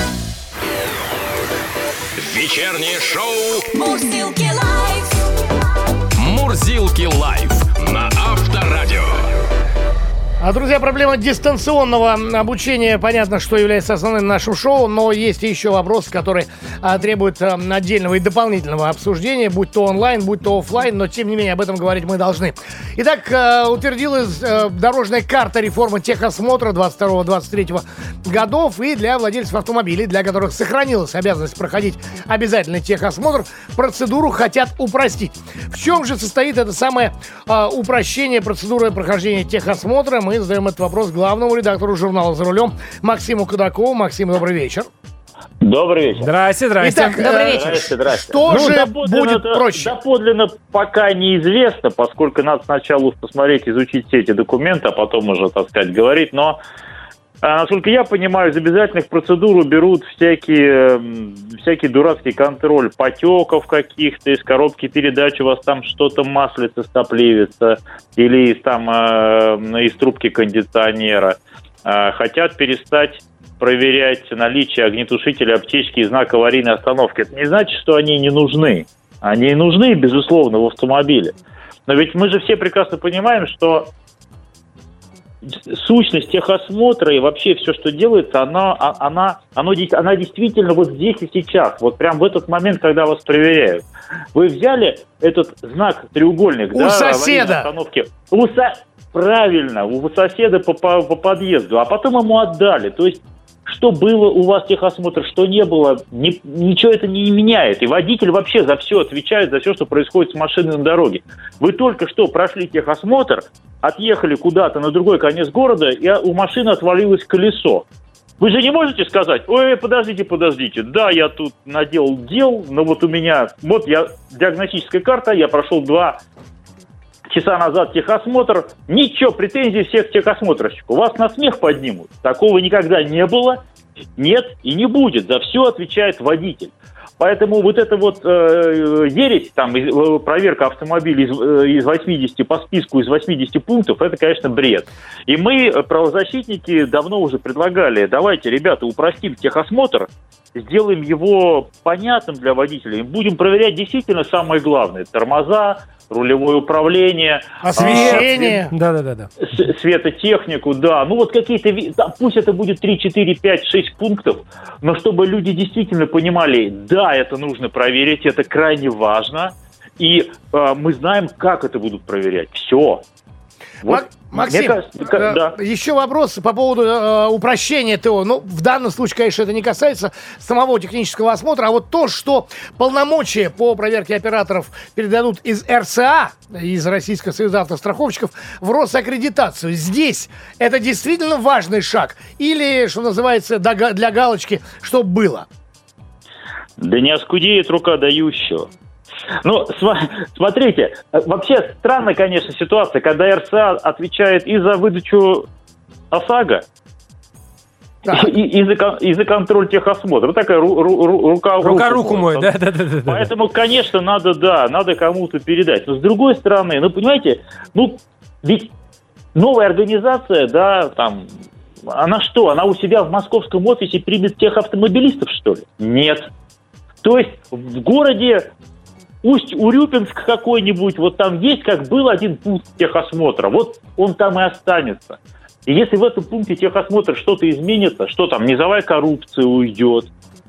Вечернее шоу Мурзилки лайф. Мурзилки лайф на Авторадио. А, друзья, проблема дистанционного обучения, понятно, что является основным нашим шоу, но есть еще вопросы, которые а, требуют а, отдельного и дополнительного обсуждения, будь то онлайн, будь то офлайн, но тем не менее об этом говорить мы должны. Итак, а, утвердилась а, дорожная карта реформы техосмотра двадцать второго — двадцать третьего годов, и для владельцев автомобилей, для которых сохранилась обязанность проходить обязательный техосмотр, процедуру хотят упростить. В чем же состоит это самое а, упрощение процедуры прохождения техосмотра? Мы задаем этот вопрос главному редактору журнала «За рулем» Максиму Кадакову. Максим, добрый вечер. Добрый вечер. Здрасте, здрасте. Итак, Добрый э, вечер. Здрасте, здрасте. Что Ну, же доподлинно будет это- проще? Доподлинно пока неизвестно, поскольку надо сначала посмотреть, изучить все эти документы, а потом уже, так сказать, говорить. Но, а, насколько я понимаю, из обязательных процедур уберут всякие, м, всякий дурацкий контроль потеков каких-то, из коробки передач у вас там что-то маслица, стопливится, или из, там, э, из трубки кондиционера. А, хотят перестать проверять наличие огнетушителя, аптечки и знак аварийной остановки. Это не значит, что они не нужны. Они нужны, безусловно, в автомобиле. Но ведь мы же все прекрасно понимаем, что сущность техосмотра и вообще все, что делается, она, она, оно, она действительно вот здесь и сейчас, вот прям в этот момент, когда вас проверяют. Вы взяли этот знак треугольник, У да, соседа. аварийной остановки, у со... правильно, у соседа по, по, по подъезду, а потом ему отдали. То есть что было у вас техосмотр, что не было, ни, ничего это не меняет. И водитель вообще за все отвечает, за все, что происходит с машиной на дороге. Вы только что прошли техосмотр, отъехали куда-то на другой конец города, и у машины отвалилось колесо. Вы же не можете сказать: ой, подождите, подождите, да, я тут наделал дел, но вот у меня, вот я, диагностическая карта, я прошел два часа назад техосмотр, ничего, претензий всех техосмотрщиков. Вас на смех поднимут. Такого никогда не было, нет и не будет. За все отвечает водитель. Поэтому вот эта вот э, ересь, там, э, проверка автомобиля из, э, из восьмидесяти, по списку из восьмидесяти пунктов, это, конечно, бред. И мы, правозащитники, давно уже предлагали: давайте, ребята, упростим техосмотр, сделаем его понятным для водителей, будем проверять действительно самое главное: тормоза, рулевое управление, Освещение. Да-да-да. с- светотехнику, да. Ну вот какие-то, ви- да, пусть это будет три, четыре, пять, шесть пунктов, но чтобы люди действительно понимали: да, это нужно проверить, это крайне важно, и э, мы знаем, как это будут проверять. Все. Вот, Максим, кажется, э, да. еще вопрос по поводу э, упрощения ТО. Ну, в данном случае, конечно, это не касается самого технического осмотра, а вот то, что полномочия по проверке операторов передадут из эр цэ а, из Российского союза автостраховщиков, в Росаккредитацию. Здесь это действительно важный шаг? Или, что называется, для галочки, чтобы было? Да не оскудеет рука дающего. Ну, смотрите, вообще странная, конечно, ситуация, когда эр цэ а отвечает и за выдачу ОСАГО, и, и, за, и за контроль техосмотра. Вот такая ру, ру, ру, рука, рука руку мой, да, да, да, да. Поэтому, конечно, надо, да, надо кому-то передать. Но с другой стороны, ну, понимаете, ну, ведь новая организация, да, там, она что, она у себя в московском офисе примет тех автомобилистов, что ли? Нет. То есть в городе Усть-Урюпинск какой-нибудь, вот там есть, как был один пункт техосмотра, вот он там и останется. И если в этом пункте техосмотра что-то изменится, что там, низовая коррупция уйдет,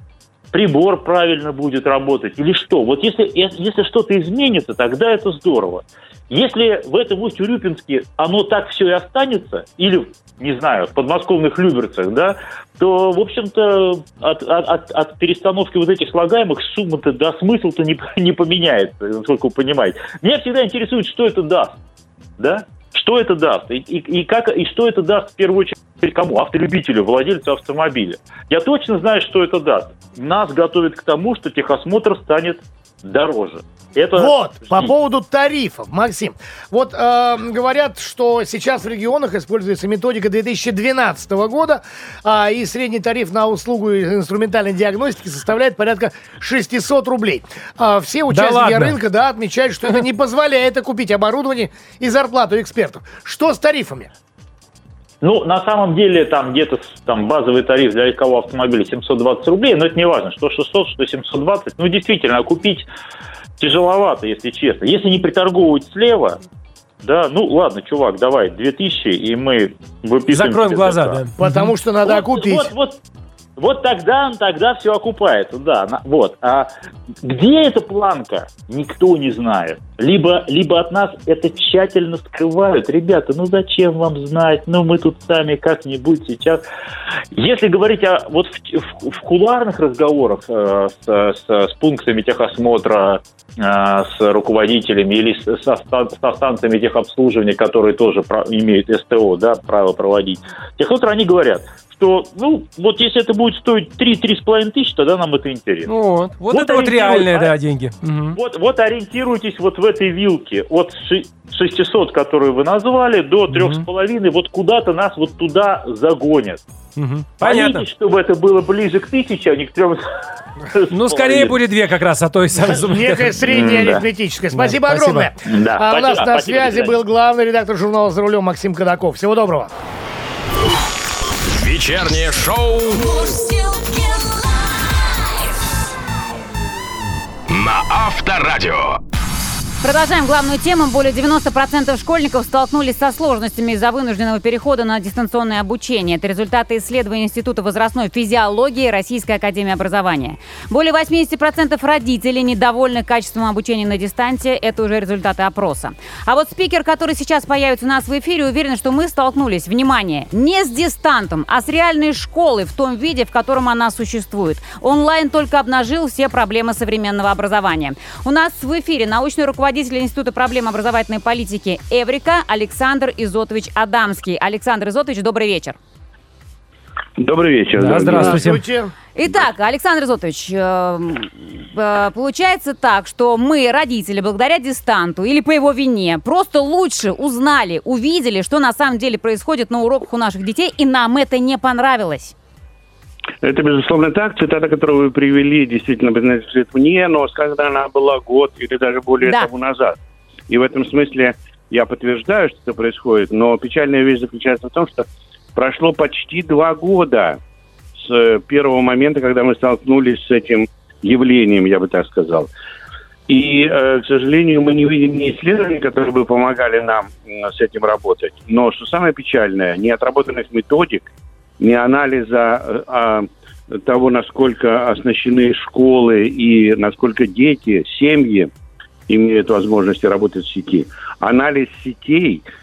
прибор правильно будет работать или что? Вот если, если что-то изменится, тогда это здорово. Если в этом Усть-Урюпинске оно так все и останется, или, не знаю, в подмосковных Люберцах, да, то, в общем-то, от, от, от перестановки вот этих слагаемых сумма-то, да, смысл-то не, не поменяется, насколько вы понимаете. Меня всегда интересует, что это даст, да? Что это даст? И, и, и, как, и что это даст, в первую очередь, кому? Автолюбителю, владельцу автомобиля. Я точно знаю, что это даст. Нас готовит к тому, что техосмотр станет дороже. Это... Вот, по поводу тарифов, Максим. Вот э, говорят, что сейчас в регионах используется методика две тысячи двенадцатого года, э, и средний тариф на услугу инструментальной диагностики составляет порядка шестьсот рублей. Э, все участники да рынка да, отмечают, что это не позволяет окупить оборудование и зарплату экспертов. Что с тарифами? Ну, на самом деле, там где-то там базовый тариф для легкового автомобиля семьсот двадцать рублей, но это не важно, что шестьсот, что семьсот двадцать. Ну, действительно, окупить тяжеловато, если честно. Если не приторговывать слева, да, ну, ладно, чувак, давай, две тысячи, и мы выписываем... Закроем глаза, да. Потому что надо вот, окупить. Вот, вот, вот тогда, тогда все окупается, да. На, вот. А где эта планка, никто не знает. Либо, либо от нас это тщательно скрывают. Ребята, ну зачем вам знать? Ну мы тут сами как-нибудь сейчас... Если говорить о, вот в, в, в кулуарных разговорах э, с, с, с пунктами техосмотра, э, с руководителями или с, со, со станциями техобслуживания, которые тоже про, имеют эс тэ о, да, право проводить, техосмотр, они говорят, что, ну, вот если это будет стоить три-три с половиной тысячи, тогда нам это интересно. Ну, вот, вот, вот это вот реальные, да, деньги. Угу. Вот, вот ориентируйтесь вот в этой вилке от шестисот, которые вы назвали, до трех с половиной, вот куда-то нас вот туда загонят. Угу. Понятно. Молитесь, чтобы это было ближе к тысяче, а не к трем. Ну, скорее будет две как раз, а то и сам... Некая средняя арифметическая. Спасибо огромное. А у нас на связи был главный редактор журнала «За рулем» Максим Кадаков. Всего доброго. Вечернее шоу на Авторадио. Продолжаем главную тему. Более девяносто процентов школьников столкнулись со сложностями из-за вынужденного перехода на дистанционное обучение. Это результаты исследования Института возрастной физиологии Российской академии образования. Более восемьдесят процентов родителей недовольны качеством обучения на дистанции. Это уже результаты опроса. А вот спикер, который сейчас появится у нас в эфире, уверен, что мы столкнулись, внимание, не с дистантом, а с реальной школой в том виде, в котором она существует. Онлайн только обнажил все проблемы современного образования. У нас в эфире научный руководитель Института проблем образовательной политики «Эврика» Александр Изотович Адамский. Александр Изотович, добрый вечер. Добрый вечер. Да, здравствуйте. Здравствуйте. Итак, Александр Изотович, получается так, что мы, родители, благодаря дистанту или по его вине, просто лучше узнали, увидели, что на самом деле происходит на уроках у наших детей, и нам это не понравилось. Это, безусловно, так. Цитата, которую вы привели, действительно принадлежит мне, но сказана она была год или даже более да. того назад. И в этом смысле я подтверждаю, что это происходит, но печальная вещь заключается в том, что прошло почти два года с первого момента, когда мы столкнулись с этим явлением, я бы так сказал. И, к сожалению, мы не видим ни исследований, которые бы помогали нам с этим работать. Но, что самое печальное, ни отработанных методик, ни анализа а, того, насколько оснащены школы и насколько дети, семьи имеют возможности работать в сети. Анализ сетей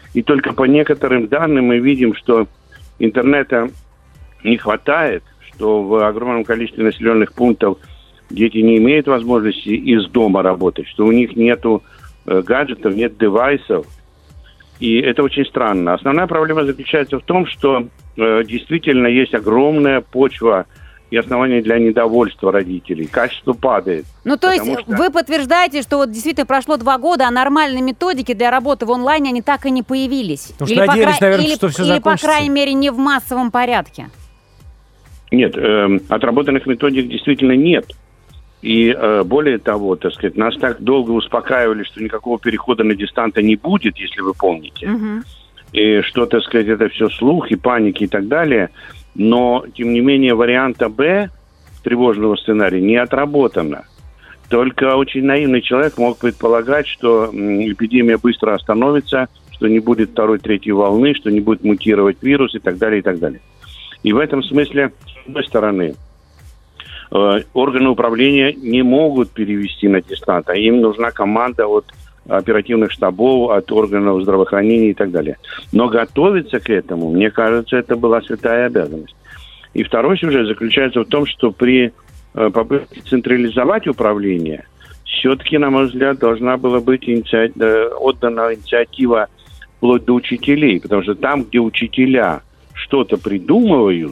И только по некоторым данным мы видим, что интернета не хватает, что в огромном количестве населенных пунктов дети не имеют возможности из дома работать, что у них нету э, гаджетов, нет девайсов. И это очень странно. Основная проблема заключается в том, что э, действительно есть огромная почва и основания для недовольства родителей. Качество падает. Ну, то есть что... вы подтверждаете, что вот действительно прошло два года, а нормальные методики для работы в онлайне, они так и не появились? Потому что надеялись, по... наверное, или, что все или, закончится. по крайней мере, не в массовом порядке? Нет, э, отработанных методик действительно нет. И э, более того, так сказать, нас так долго успокаивали, что никакого перехода на дистанта не будет, если вы помните. Угу. И что, так сказать, это все слухи, паники и так далее. Но, тем не менее, варианта «Б» тревожного сценария не отработано. Только очень наивный человек мог предполагать, что эпидемия быстро остановится, что не будет второй, третьей волны, что не будет мутировать вирус и так далее, и так далее. И в этом смысле, с одной стороны, э, органы управления не могут перевести на дистант, а им нужна команда от оперативных штабов, от органов здравоохранения и так далее. Но готовиться к этому, мне кажется, это была святая обязанность. И второй сюжет заключается в том, что при э, попытке централизовать управление, все-таки, на мой взгляд, должна была быть иници... э, отдана инициатива вплоть до учителей, потому что там, где учителя что-то придумывают,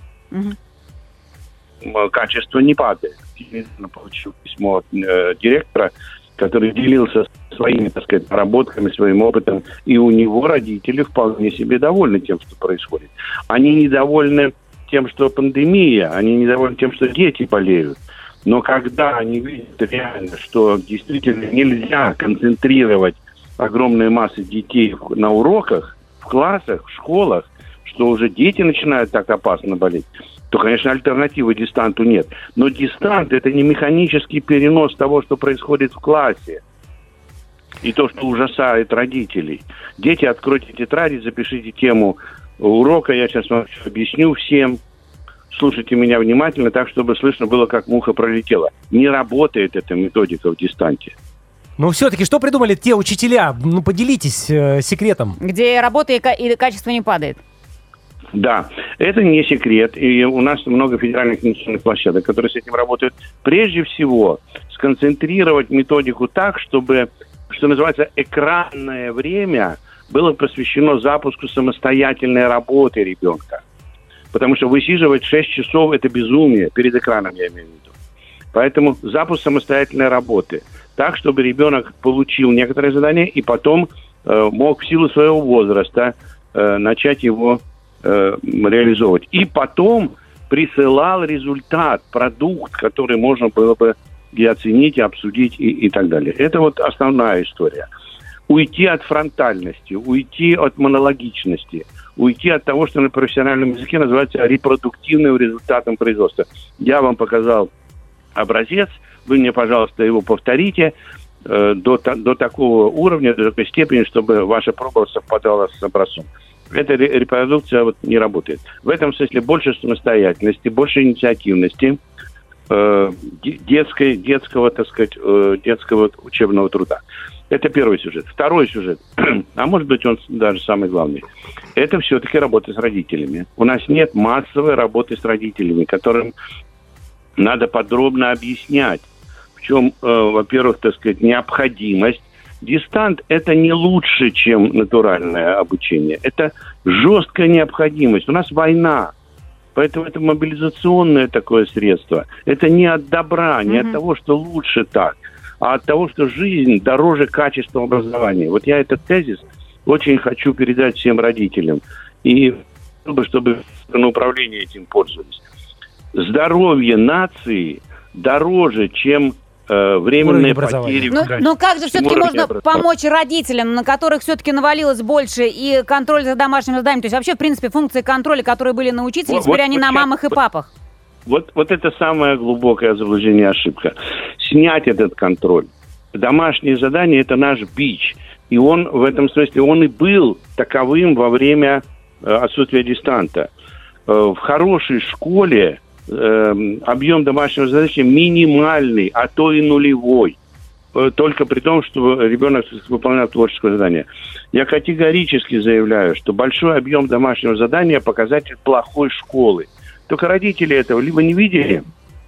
угу. качество не падает. Я получил письмо от э, директора, который делился своими, так сказать, наработками, своим опытом, и у него родители вполне себе довольны тем, что происходит. Они недовольны тем, что пандемия, они недовольны тем, что дети болеют. Но когда они видят реально, что действительно нельзя концентрировать огромные массы детей на уроках, в классах, в школах, что уже дети начинают так опасно болеть, то, конечно, альтернативы дистанту нет. Но дистант – это не механический перенос того, что происходит в классе. И то, что ужасает родителей. Дети, откройте тетради, запишите тему урока. Я сейчас вам все объясню всем. Слушайте меня внимательно, так, чтобы слышно было, как муха пролетела. Не работает эта методика в дистанте. Но все-таки что придумали те учителя? Ну, поделитесь э, секретом. Где работа и, ка- и качество не падает. Да, это не секрет. И у нас много федеральных инвестиционных площадок, которые с этим работают. Прежде всего, сконцентрировать методику так, чтобы, что называется, экранное время было посвящено запуску самостоятельной работы ребенка. Потому что высиживать шесть часов – это безумие. Перед экраном, я имею в виду. Поэтому запуск самостоятельной работы. Так, чтобы ребенок получил некоторые задания и потом э, мог в силу своего возраста э, начать его э, реализовывать. И потом присылал результат, продукт, который можно было бы и оценить, и обсудить, и, и так далее. Это вот основная история. Уйти от фронтальности, уйти от монологичности, уйти от того, что на профессиональном языке называется репродуктивным результатом производства. Я вам показал образец, вы мне, пожалуйста, его повторите э, до, до такого уровня, до такой степени, чтобы ваша проба совпадала с образцом. Эта репродукция вот не работает. В этом смысле больше самостоятельности, больше инициативности, э, детской, детского, так сказать, э, детского учебного труда. Это первый сюжет. Второй сюжет, а может быть он даже самый главный, это все-таки работа с родителями. У нас нет массовой работы с родителями, которым надо подробно объяснять, в чем, э, во-первых, так сказать, необходимость. Дистант – это не лучше, чем натуральное обучение. Это жесткая необходимость. У нас война, поэтому это мобилизационное такое средство. Это не от добра, не mm-hmm. от того, что лучше так, а от того, что жизнь дороже качества образования. Вот я этот тезис очень хочу передать всем родителям. И чтобы управление этим пользовались. Здоровье нации дороже, чем э, временные потери. Но, но как же все-таки можно помочь родителям, на которых все-таки навалилось больше, и контроль за домашним заданием? То есть вообще, в принципе, функции контроля, которые были на учителей, вот, теперь вот, они вот на мамах вот, и папах. Вот, вот это самое глубокое заблуждение, ошибка. Снять этот контроль. Домашние задания – это наш бич. И он, в этом смысле, он и был таковым во время э, отсутствия дистанта. Э, в хорошей школе объем домашнего задания минимальный, а то и нулевой. э, только при том, что ребенок выполнял творческое задание. Я категорически заявляю, что большой объем домашнего задания – показатель плохой школы. Только родители этого либо не видели,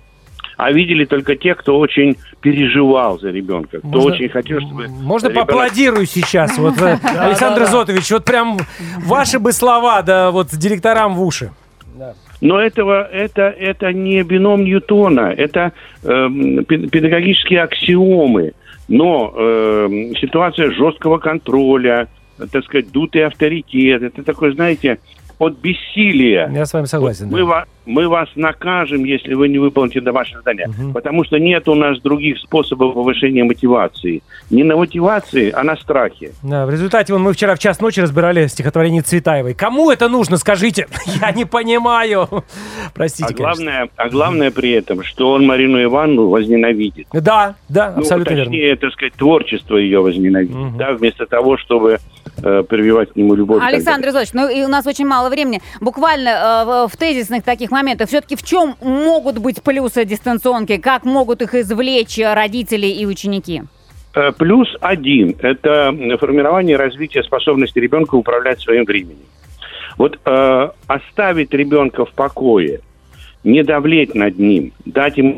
а видели только те, кто очень переживал за ребенка, кто можно, очень хотел, чтобы... Можно ребенок... поаплодирую сейчас, вот, Александр Изотович, вот прям ваши бы слова, да, вот директорам в уши. Но этого, это, это не бином Ньютона, это э, педагогические аксиомы. Но э, ситуация жесткого контроля, так сказать, дутый авторитет, это такой, знаете, от бессилия. Я с вами согласен. Мы, да. ва- мы вас накажем, если вы не выполните домашнее задание. Угу. Потому что нет у нас других способов повышения мотивации. Не на мотивации, а на страхе. Да, в результате вон, мы вчера в час ночи разбирали стихотворение Цветаевой. Кому это нужно, скажите? Я не понимаю. Простите, а главное, а главное при этом, что он Марину Ивановну возненавидит. Да, да, ну, абсолютно точнее, верно. так сказать, творчество ее возненавидит. Угу. Да, вместо того, чтобы э, прививать к нему любовь. Александр Изотович, ну и у нас очень мало времени. Буквально э, в тезисных таких моментах. Все-таки в чем могут быть плюсы дистанционки? Как могут их извлечь родители и ученики? Плюс один – это формирование и развитие способности ребенка управлять своим временем. Вот э, оставить ребенка в покое, не давлеть над ним, дать ему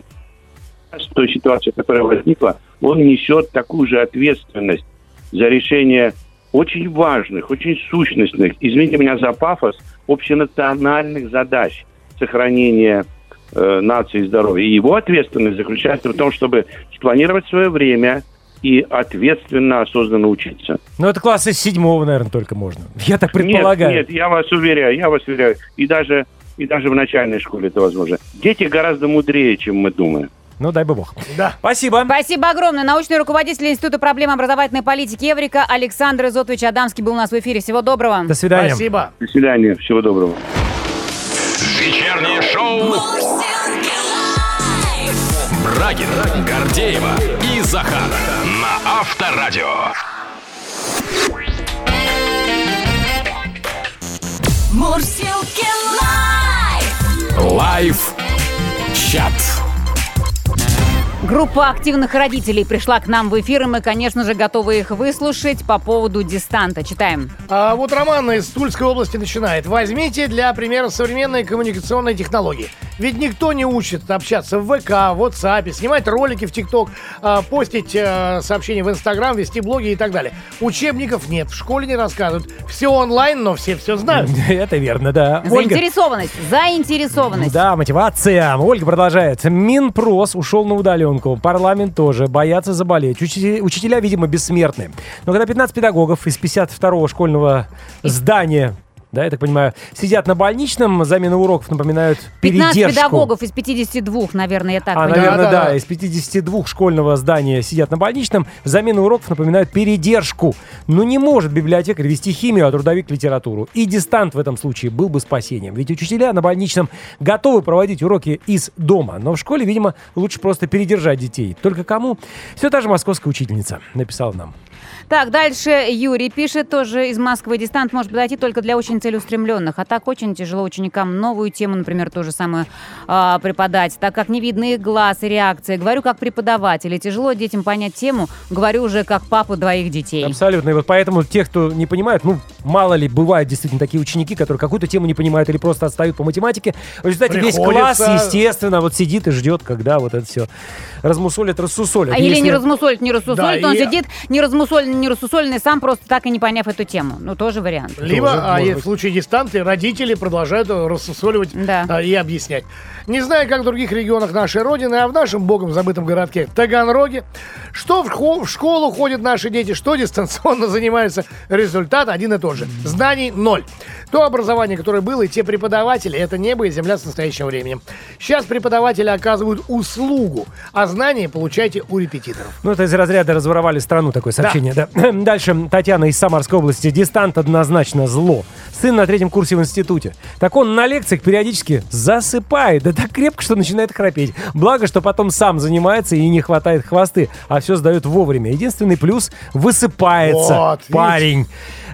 в той ситуации, которая возникла, он несет такую же ответственность за решение очень важных, очень сущностных, извините меня за пафос, общенациональных задач сохранения э, нации и здоровья. И его ответственность заключается в том, чтобы спланировать свое время и ответственно, осознанно учиться. Ну, это класса с седьмого, наверное, только можно. Я так предполагаю. Нет, нет, я вас уверяю, я вас уверяю. И даже, и даже в начальной школе это возможно. Дети гораздо мудрее, чем мы думаем. Ну, дай бы бог. Да. Спасибо. Спасибо огромное. Научный руководитель Института проблем образовательной политики Эврика Александр Изотович Адамский был у нас в эфире. Всего доброго. До свидания. Спасибо. До свидания. Всего доброго. Вечернее шоу Брагин, Гордеева и Захар на Авторадио. Мурсилки лайф. Лайф чат. Группа активных родителей пришла к нам в эфир, и мы, конечно же, готовы их выслушать по поводу дистанта. Читаем. А вот Роман из Тульской области начинает. Возьмите для примера современные коммуникационные технологии. Ведь никто не учит общаться в ВК, в WhatsApp, снимать ролики в ТикТок, постить э, сообщения в Инстаграм, вести блоги и так далее. Учебников нет, в школе не рассказывают. Все онлайн, но все все знают. Это верно, да. Заинтересованность, заинтересованность. Да, мотивация. Ольга продолжает. Минпрос ушел на удаленку. Парламент тоже. Боятся заболеть. Учителя, учителя, видимо, бессмертны. Но когда пятнадцать педагогов из пятьдесят второго школьного здания, да, я так понимаю, сидят на больничном, замена уроков напоминают передержку. пятнадцать педагогов из пятидесяти двух, наверное, я так а, понимаю. наверное, да, да, да. Из пятидесяти двух школьного здания сидят на больничном, замена уроков напоминают передержку. Но не может библиотекарь вести химию, а трудовик литературу. И дистант в этом случае был бы спасением. Ведь учителя на больничном готовы проводить уроки из дома. Но в школе, видимо, лучше просто передержать детей. Только кому? Все та же московская учительница написала нам. Так, дальше Юрий пишет, тоже из Москвы. Дистант может подойти только для очень целеустремленных. А так очень тяжело ученикам новую тему, например, ту же самую э, преподать, так как не видно их глаз и реакции. Говорю как преподаватель. И тяжело детям понять тему, говорю уже как папа двоих детей. Абсолютно. И вот поэтому те, кто не понимают, ну, мало ли, бывают действительно такие ученики, которые какую-то тему не понимают или просто отстают по математике. В результате весь класс, естественно, вот сидит и ждет, когда вот это все размусолит, рассусолит. А или Если... не размусолит, не рассусолит, Да, он и- сидит не размусоленный, не рассусоленный, сам просто так и не поняв эту тему. Ну, тоже вариант. Либо, Тоже, а может и в быть. случае дистанции, родители продолжают рассусоливать Да. а, и объяснять. Не знаю, как в других регионах нашей Родины, а в нашем богом забытом городке Таганроге, что в, хо- в школу ходят наши дети, что дистанционно занимаются, результат один и тот же. Знаний ноль. То образование, которое было, и те преподаватели, это небо и земля с настоящим временем. Сейчас преподаватели оказывают услугу, а знания получайте у репетиторов. Ну, это из разряда «разворовали страну» такое сообщение, да. Дальше Татьяна из Самарской области. Дистант однозначно зло. Сын на третьем курсе в институте. Так он на лекциях периодически засыпает. Да так крепко, что начинает храпеть. Благо, что потом сам занимается и не хватает хвосты, а все сдает вовремя. Единственный плюс — высыпается Вот, видите? парень.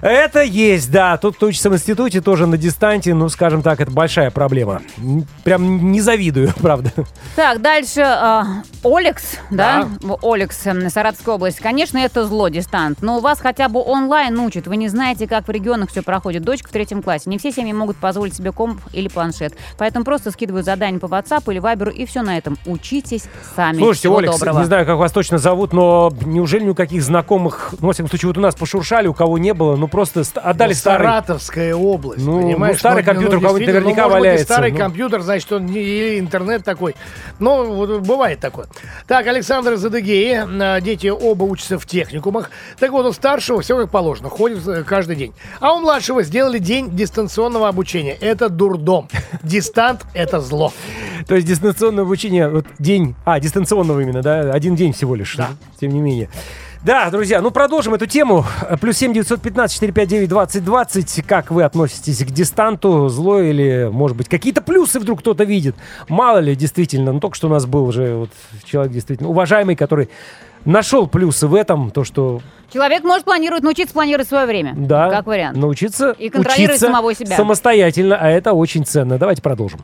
Это есть, да. Тот, кто учится в институте, тоже на дистанте, ну, скажем так, это большая проблема. Прям не завидую, правда. Так, дальше э, Олекс, да? да? Олекс, э, Саратовская область. Конечно, это зло, дистант, но у вас хотя бы онлайн учат. Вы не знаете, как в регионах все проходит. Дочка в третьем классе. Не все семьи могут позволить себе комп или планшет. Поэтому просто скидывают задания по WhatsApp или Viber, и все на этом. Учитесь сами. Слушайте, Всего Олекс, доброго. Не знаю, как вас точно зовут, но неужели ни у каких знакомых, ну, во всяком случае, вот у нас пошуршали, у кого не было, ну, просто отдали ну, старый... Саратовская область, ну, понимаешь? Ну, старый ну, компьютер ну, у кого-нибудь наверняка ну, может валяется. Быть, старый ну. компьютер, значит, он не, или интернет такой. Ну, вот, бывает такое. Так, Александр из Адыгеи. Дети оба учатся в техникумах. Так вот, у старшего все как положено, ходит каждый день. А у младшего сделали день дистанционного обучения. Это дурдом. Дистант — это зло. То есть дистанционное обучение, вот день, а, дистанционного именно, да, один день всего лишь, да. Тем не менее. Да, друзья, ну продолжим эту тему. Плюс семь девятьсот пятнадцать четыреста пятьдесят девять двадцать двадцать. Как вы относитесь к дистанту? Зло или, может быть, какие-то плюсы вдруг кто-то видит? Мало ли, действительно. Ну, только что у нас был уже вот человек действительно уважаемый, который нашел плюсы в этом, то, что... Человек может планировать, научиться планировать свое время. Да. Как вариант. Научиться и контролировать учиться самого себя. Самостоятельно, а это очень ценно. Давайте продолжим.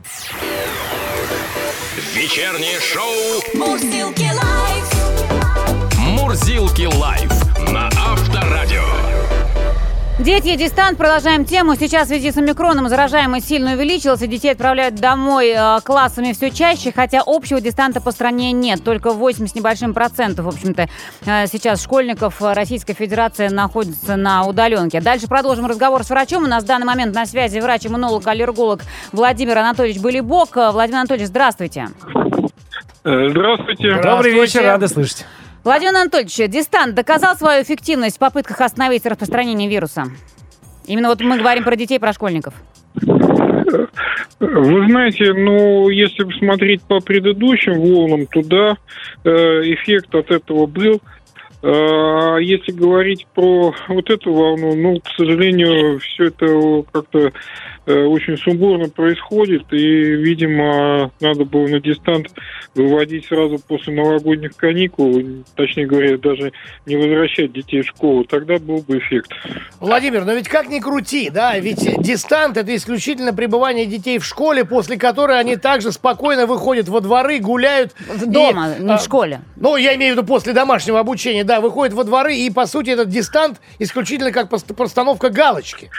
Вечернее шоу Мурзилки лайф. Мурзилки лайф на Авторадио. Дети и дистант. Продолжаем тему. Сейчас в связи с омикроном заражаемость сильно увеличилась, и детей отправляют домой э, классами все чаще, хотя общего дистанта по стране нет. Только восемь с небольшим процентов, в общем-то, э, сейчас школьников Российской Федерации находятся на удаленке. Дальше продолжим разговор с врачом. У нас в данный момент на связи врач-иммунолог, аллерголог Владимир Анатольевич Былибок. Владимир Анатольевич, здравствуйте. Здравствуйте. Добрый вечер, рада слышать. Владимир Анатольевич, дистант доказал свою эффективность в попытках остановить распространение вируса? Именно вот мы говорим про детей, про школьников. Вы знаете, ну, если посмотреть по предыдущим волнам, то да, эффект от этого был. Если говорить про вот эту волну, ну, к сожалению, все это как-то очень сумбурно происходит, и, видимо, надо было на дистант выводить сразу после новогодних каникул, точнее говоря, даже не возвращать детей в школу, тогда был бы эффект. Владимир, но ведь как ни крути, да, ведь дистант — это исключительно пребывание детей в школе, после которой они также спокойно выходят во дворы, гуляют. Дома, и, не а, в школе. Ну, я имею в виду после домашнего обучения, да, выходят во дворы, и, по сути, этот дистант исключительно как постановка галочки.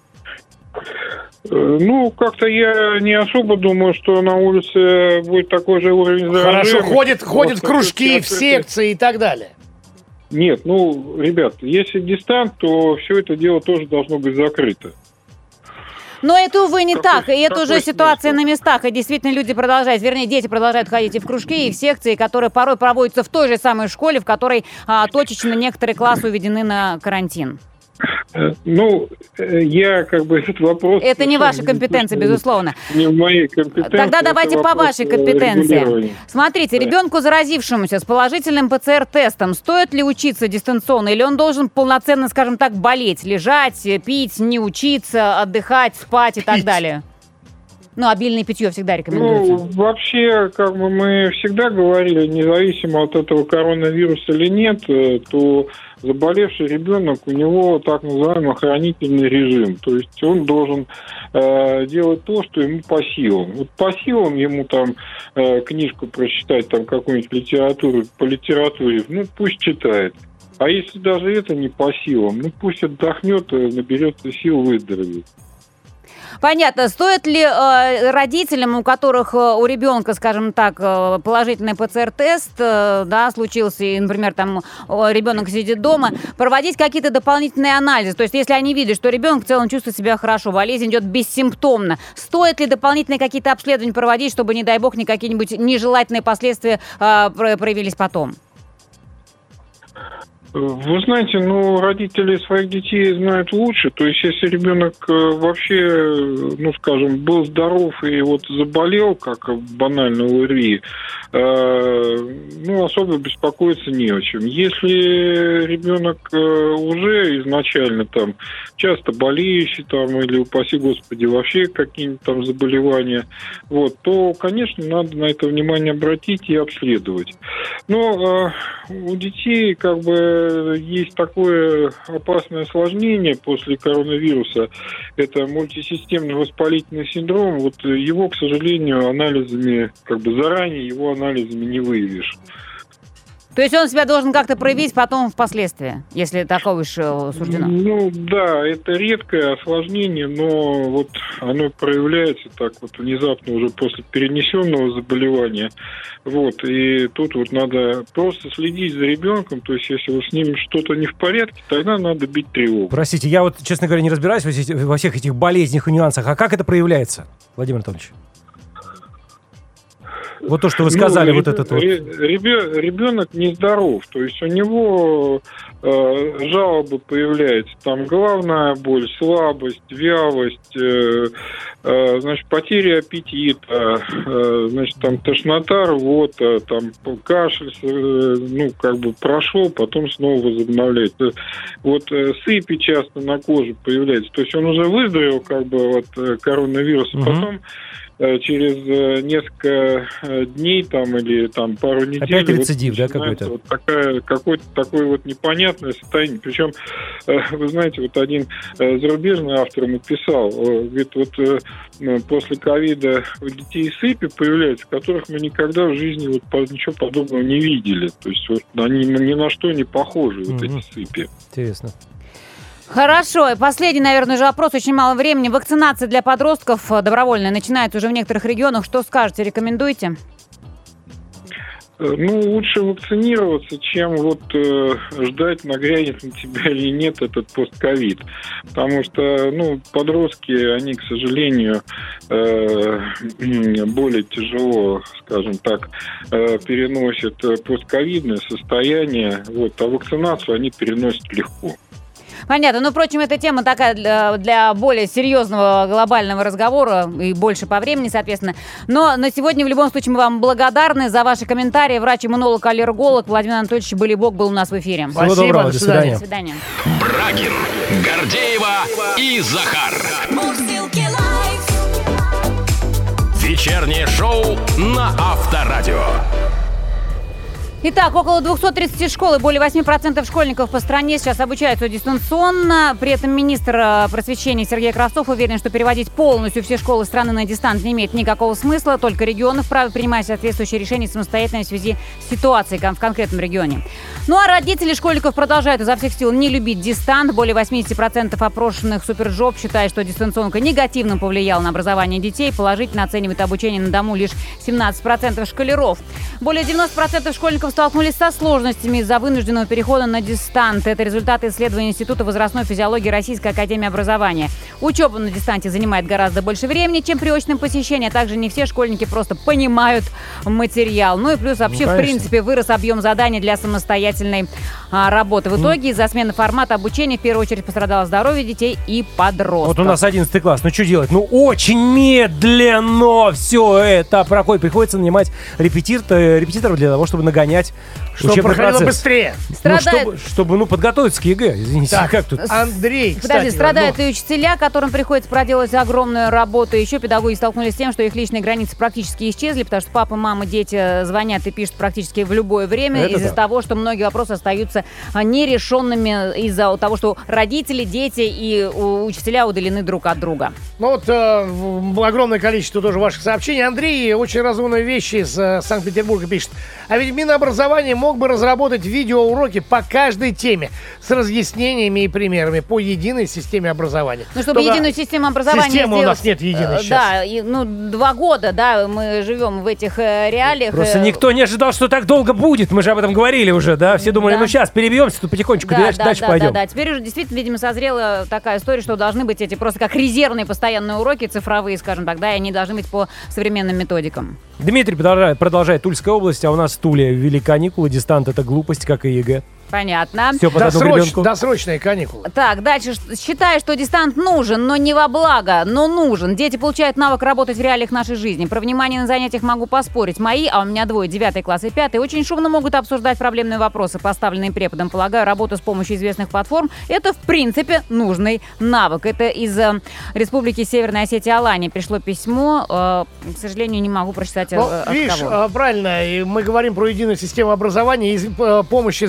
Ну, как-то я не особо думаю, что на улице будет такой же уровень заражения. Хорошо, ходят, ходят в кружки, в секции и так далее. Нет, ну, ребят, если дистант, то все это дело тоже должно быть закрыто. Но это, увы, не какой, так. И это уже ситуация смысл? на местах. И действительно люди продолжают, вернее, дети продолжают ходить и в кружки, и в секции, которые порой проводятся в той же самой школе, в которой а, точечно некоторые классы уведены на карантин. Ну, я как бы этот вопрос... Это не ваша компетенция, безусловно. Не в моей компетенции. Тогда давайте по вашей компетенции. Смотрите, ребенку, заразившемуся с положительным ПЦР-тестом, стоит ли учиться дистанционно, или он должен полноценно, скажем так, болеть, лежать, пить, не учиться, отдыхать, спать и так далее? Ну, обильное питье всегда рекомендуется. Ну, вообще, как бы мы всегда говорили, независимо от этого коронавируса или нет, то заболевший ребенок, у него так называемый охранительный режим. То есть он должен э, делать то, что ему по силам. Вот по силам ему там э, книжку прочитать, там какую-нибудь литературу, по литературе, ну, пусть читает. А если даже это не по силам, ну, пусть отдохнет, наберется сил, выздоровеет. Понятно. Стоит ли э, родителям, у которых э, у ребенка, скажем так, э, положительный ПЦР-тест, э, да, случился, и, например, там э, ребенок сидит дома, проводить какие-то дополнительные анализы? То есть, если они видят, что ребенок в целом чувствует себя хорошо, болезнь идет бессимптомно, стоит ли дополнительные какие-то обследования проводить, чтобы, не дай бог, ни какие-нибудь нежелательные последствия э, проявились потом? Вы знаете, ну, родители своих детей знают лучше. То есть, если ребенок вообще, ну, скажем, был здоров и вот заболел, как банально у ОРВИ, э, ну, особо беспокоиться не о чем. Если ребенок уже изначально там часто болеющий там или, упаси Господи, вообще какие-нибудь там заболевания, вот, то, конечно, надо на это внимание обратить и обследовать. Но э, у детей, как бы, э, есть такое опасное осложнение после коронавируса. Это мультисистемный воспалительный синдром. Вот его, к сожалению, анализами, как бы заранее его анализами не выявишь. То есть он себя должен как-то проявить потом впоследствии, если такое уж э, суждено? Ну да, это редкое осложнение, но вот оно проявляется так вот внезапно уже после перенесенного заболевания. Вот, и тут вот надо просто следить за ребенком, то есть если вот с ним что-то не в порядке, тогда надо бить тревогу. Простите, я вот, честно говоря, не разбираюсь во всех, во всех этих болезнях и нюансах. А как это проявляется, Владимир Анатольевич? Вот то, что вы сказали, ну, вот этот вот. Ребенок нездоров, то есть у него э, жалобы появляются, там головная боль, слабость, вялость, э, э, значит, потеря аппетита, э, значит, там тошнота, рвота, там кашель, э, ну, как бы прошел, потом снова возобновляется. Вот э, сыпи часто на коже появляются, то есть он уже выздоровел, как бы, от коронавируса, угу. Потом через несколько дней там или там пару недель. Опять рецидив, вот, да, какой-то? Вот такая, какое-то такое вот непонятное состояние. Причем, вы знаете, вот один зарубежный автор написал, говорит, вот после ковида у детей сыпи появляются, которых мы никогда в жизни вот ничего подобного не видели. То есть вот они ни на что не похожи, вот угу. эти сыпи. Интересно. Хорошо. И последний, наверное, уже вопрос. Очень мало времени. Вакцинация для подростков добровольная начинается уже в некоторых регионах. Что скажете? Рекомендуете? Ну, лучше вакцинироваться, чем вот э, ждать, нагрянет на тебя или нет этот постковид. Потому что, ну, подростки, они, к сожалению, э, более тяжело, скажем так, э, переносят постковидное состояние, вот, а вакцинацию они переносят легко. Понятно. Ну, впрочем, эта тема такая для, для более серьезного глобального разговора и больше по времени, соответственно. Но на сегодня в любом случае мы вам благодарны за ваши комментарии. Врач-иммунолог, аллерголог Владимир Анатольевич Былибок был у нас в эфире. Всего Спасибо, доброго, до свидания. До свидания. Брагин, Гордеева и Захар. Мурзилки лайф. Вечернее шоу на Авторадио. Итак, около двести тридцать школ и более восемь процентов школьников по стране сейчас обучаются дистанционно. При этом министр просвещения Сергей Кравцов уверен, что переводить полностью все школы страны на дистант не имеет никакого смысла. Только регионы вправе принимать соответствующие решения самостоятельно в связи с ситуацией в конкретном регионе. Ну а родители школьников продолжают изо всех сил не любить дистант. Более восемьдесят процентов опрошенных супержоп считают, что дистанционка негативно повлияла на образование детей. Положительно оценивает обучение на дому лишь семнадцать процентов школяров. Более девяносто процентов школьников столкнулись со сложностями из-за вынужденного перехода на дистант. Это результаты исследования Института возрастной физиологии Российской академии образования. Учеба на дистанте занимает гораздо больше времени, чем при очном посещении, а также не все школьники просто понимают материал. Ну и плюс вообще, ну, в принципе, вырос объем заданий для самостоятельной а, работы. В итоге из-за смены формата обучения в первую очередь пострадало здоровье детей и подростков. Вот у нас одиннадцатый класс. Ну что делать? Ну очень медленно все это проходит. Приходится нанимать репетитор, репетиторов для того, чтобы нагонять чтобы проходило процесс. Быстрее. Страдает... Ну, чтобы, чтобы ну, подготовиться к ЕГЭ. Извините, так, как тут? Андрей, кстати. Подожди, страдают ну... и учителя, которым приходится проделать огромную работу. Еще педагоги столкнулись с тем, что их личные границы практически исчезли, потому что папа, мама, дети звонят и пишут практически в любое время. Это из-за да. того, что многие вопросы остаются нерешенными из-за того, что родители, дети и учителя удалены друг от друга. Ну вот э, огромное количество тоже ваших сообщений. Андрей очень разумные вещи из э, Санкт-Петербурга пишет. А ведь Минобразование мог бы разработать видеоуроки по каждой теме с разъяснениями и примерами по единой системе образования. Ну, чтобы Только единую систему образования Системы сделать, у нас нет единой сейчас. Да, и, ну, два года, да, мы живем в этих э, реалиях. Просто э, никто не ожидал, что так долго будет. Мы же об этом говорили уже, да? Все думали, да. ну сейчас перебьемся, тут потихонечку да, дальше, да, дальше да, пойдем. Да, да, теперь уже действительно, видимо, созрела такая история, что должны быть эти просто как резервные постоянные уроки, цифровые, скажем так, да, и они должны быть по современным методикам. Дмитрий продолжает, продолжает Тульская область, а у нас в Туле ввели каникулы, дистант — это глупость, как и ЕГЭ. Понятно. Все под одну Досроч, гребенку. Досрочные каникулы. Так, дальше. Считаю, что дистант нужен, но не во благо, но нужен. Дети получают навык работать в реалиях нашей жизни. Про внимание на занятиях могу поспорить. Мои, а у меня двое, девятый класс и пятый, очень шумно могут обсуждать проблемные вопросы, поставленные преподом. Полагаю, работа с помощью известных платформ – это, в принципе, нужный навык. Это из э, Республики Северная Осетия Алания пришло письмо. Э, к сожалению, не могу прочитать, э, ну, от видишь, кого. Правильно, и мы говорим про единую систему образования и помощь известных платформ.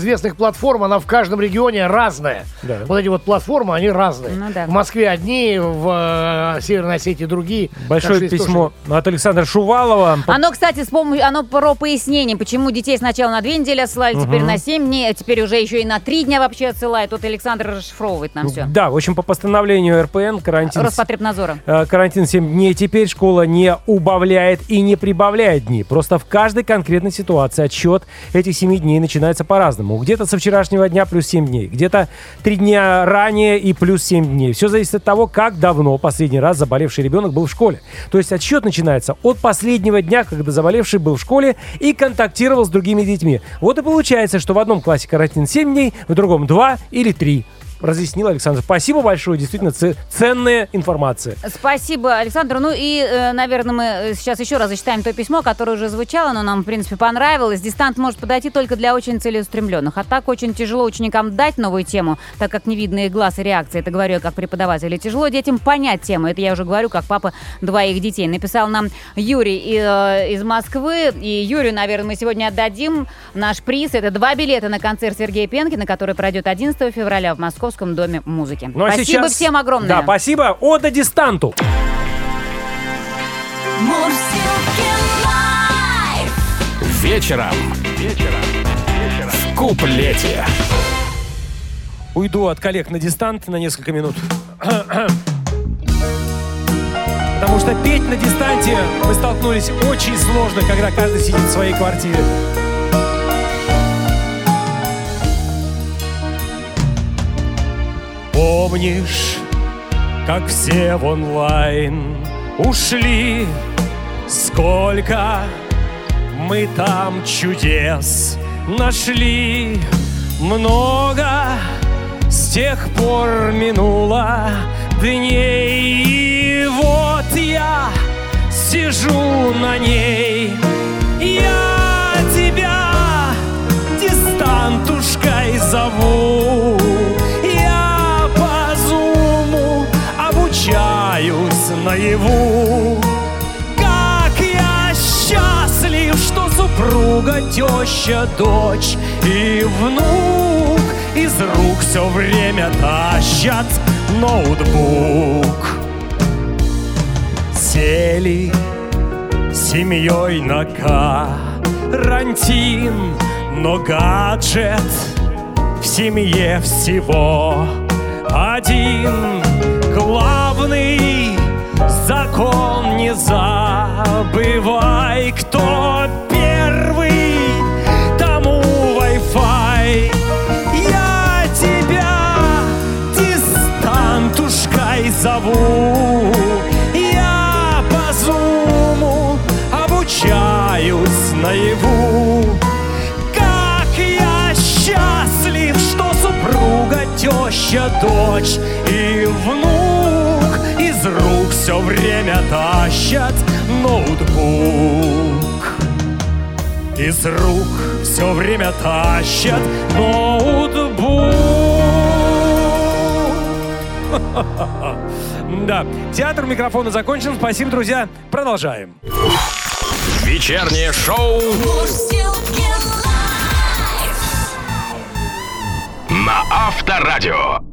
платформа, она в каждом регионе разная. Да. Вот эти вот платформы, они разные. Ну, да. В Москве одни, в э, Северной Осетии другие. Большое письмо от Александра Шувалова. Оно, кстати, с помощью, оно про пояснение, почему детей сначала на две недели отсылали, угу. теперь на семь дней, а теперь уже еще и на три дня вообще отсылают. Вот Александр расшифровывает нам все. Да, в общем, по постановлению эр пэ эн карантин... Роспотребнадзора. Э, карантин семь дней. Теперь школа не убавляет и не прибавляет дни. Просто в каждой конкретной ситуации отсчет этих семи дней начинается по-разному. Где-то со вчерашнего дня плюс семь дней, где-то три дня ранее и плюс семь дней. Все зависит от того, как давно последний раз заболевший ребенок был в школе. То есть отсчет начинается от последнего дня, когда заболевший был в школе и контактировал с другими детьми. Вот и получается, что в одном классе карантин семь дней, в другом два или три. Разъяснил Александр. Спасибо большое, действительно ц- ценная информация. Спасибо, Александр. Ну и, э, наверное, мы сейчас еще раз зачитаем то письмо, которое уже звучало, но нам, в принципе, понравилось. Дистант может подойти только для очень целеустремленных. А так очень тяжело ученикам дать новую тему, так как не видно их глаз и реакции. Это говорю я как преподаватель. И тяжело детям понять тему. Это я уже говорю как папа двоих детей. Написал нам Юрий и, э, из Москвы. И Юрию, наверное, мы сегодня отдадим наш приз. Это два билета на концерт Сергея Пенкина, который пройдет одиннадцатого февраля в Московском доме музыки. Ну, а спасибо сейчас... всем огромное. Да, спасибо. Ода дистанту. Вечером. Вечером. Вечером. В куплете. Уйду от коллег на дистант на несколько минут. Потому что петь на дистанте мы столкнулись очень сложно, когда каждый сидит в своей квартире. Помнишь, как все в онлайн ушли? Сколько мы там чудес нашли? Много с тех пор минуло дней. И вот я сижу на ней. Я тебя дистантушкой зову. Обучаюсь наяву. Как я счастлив, что супруга, теща, дочь и внук из рук все время тащат ноутбук. Сели семьей на карантин, но гаджет в семье всего один. Главный закон: не забывай, кто первый, тому Wi-Fi. Я тебя дистантушкой зову. Я по зуму обучаюсь наяву. Как я счастлив, что супруга, теща, дочь и внук из рук все время тащат ноутбук. Из рук все время тащат ноутбук. Да, театр микрофона закончен. Спасибо, друзья. Продолжаем. Вечернее шоу на Авторадио.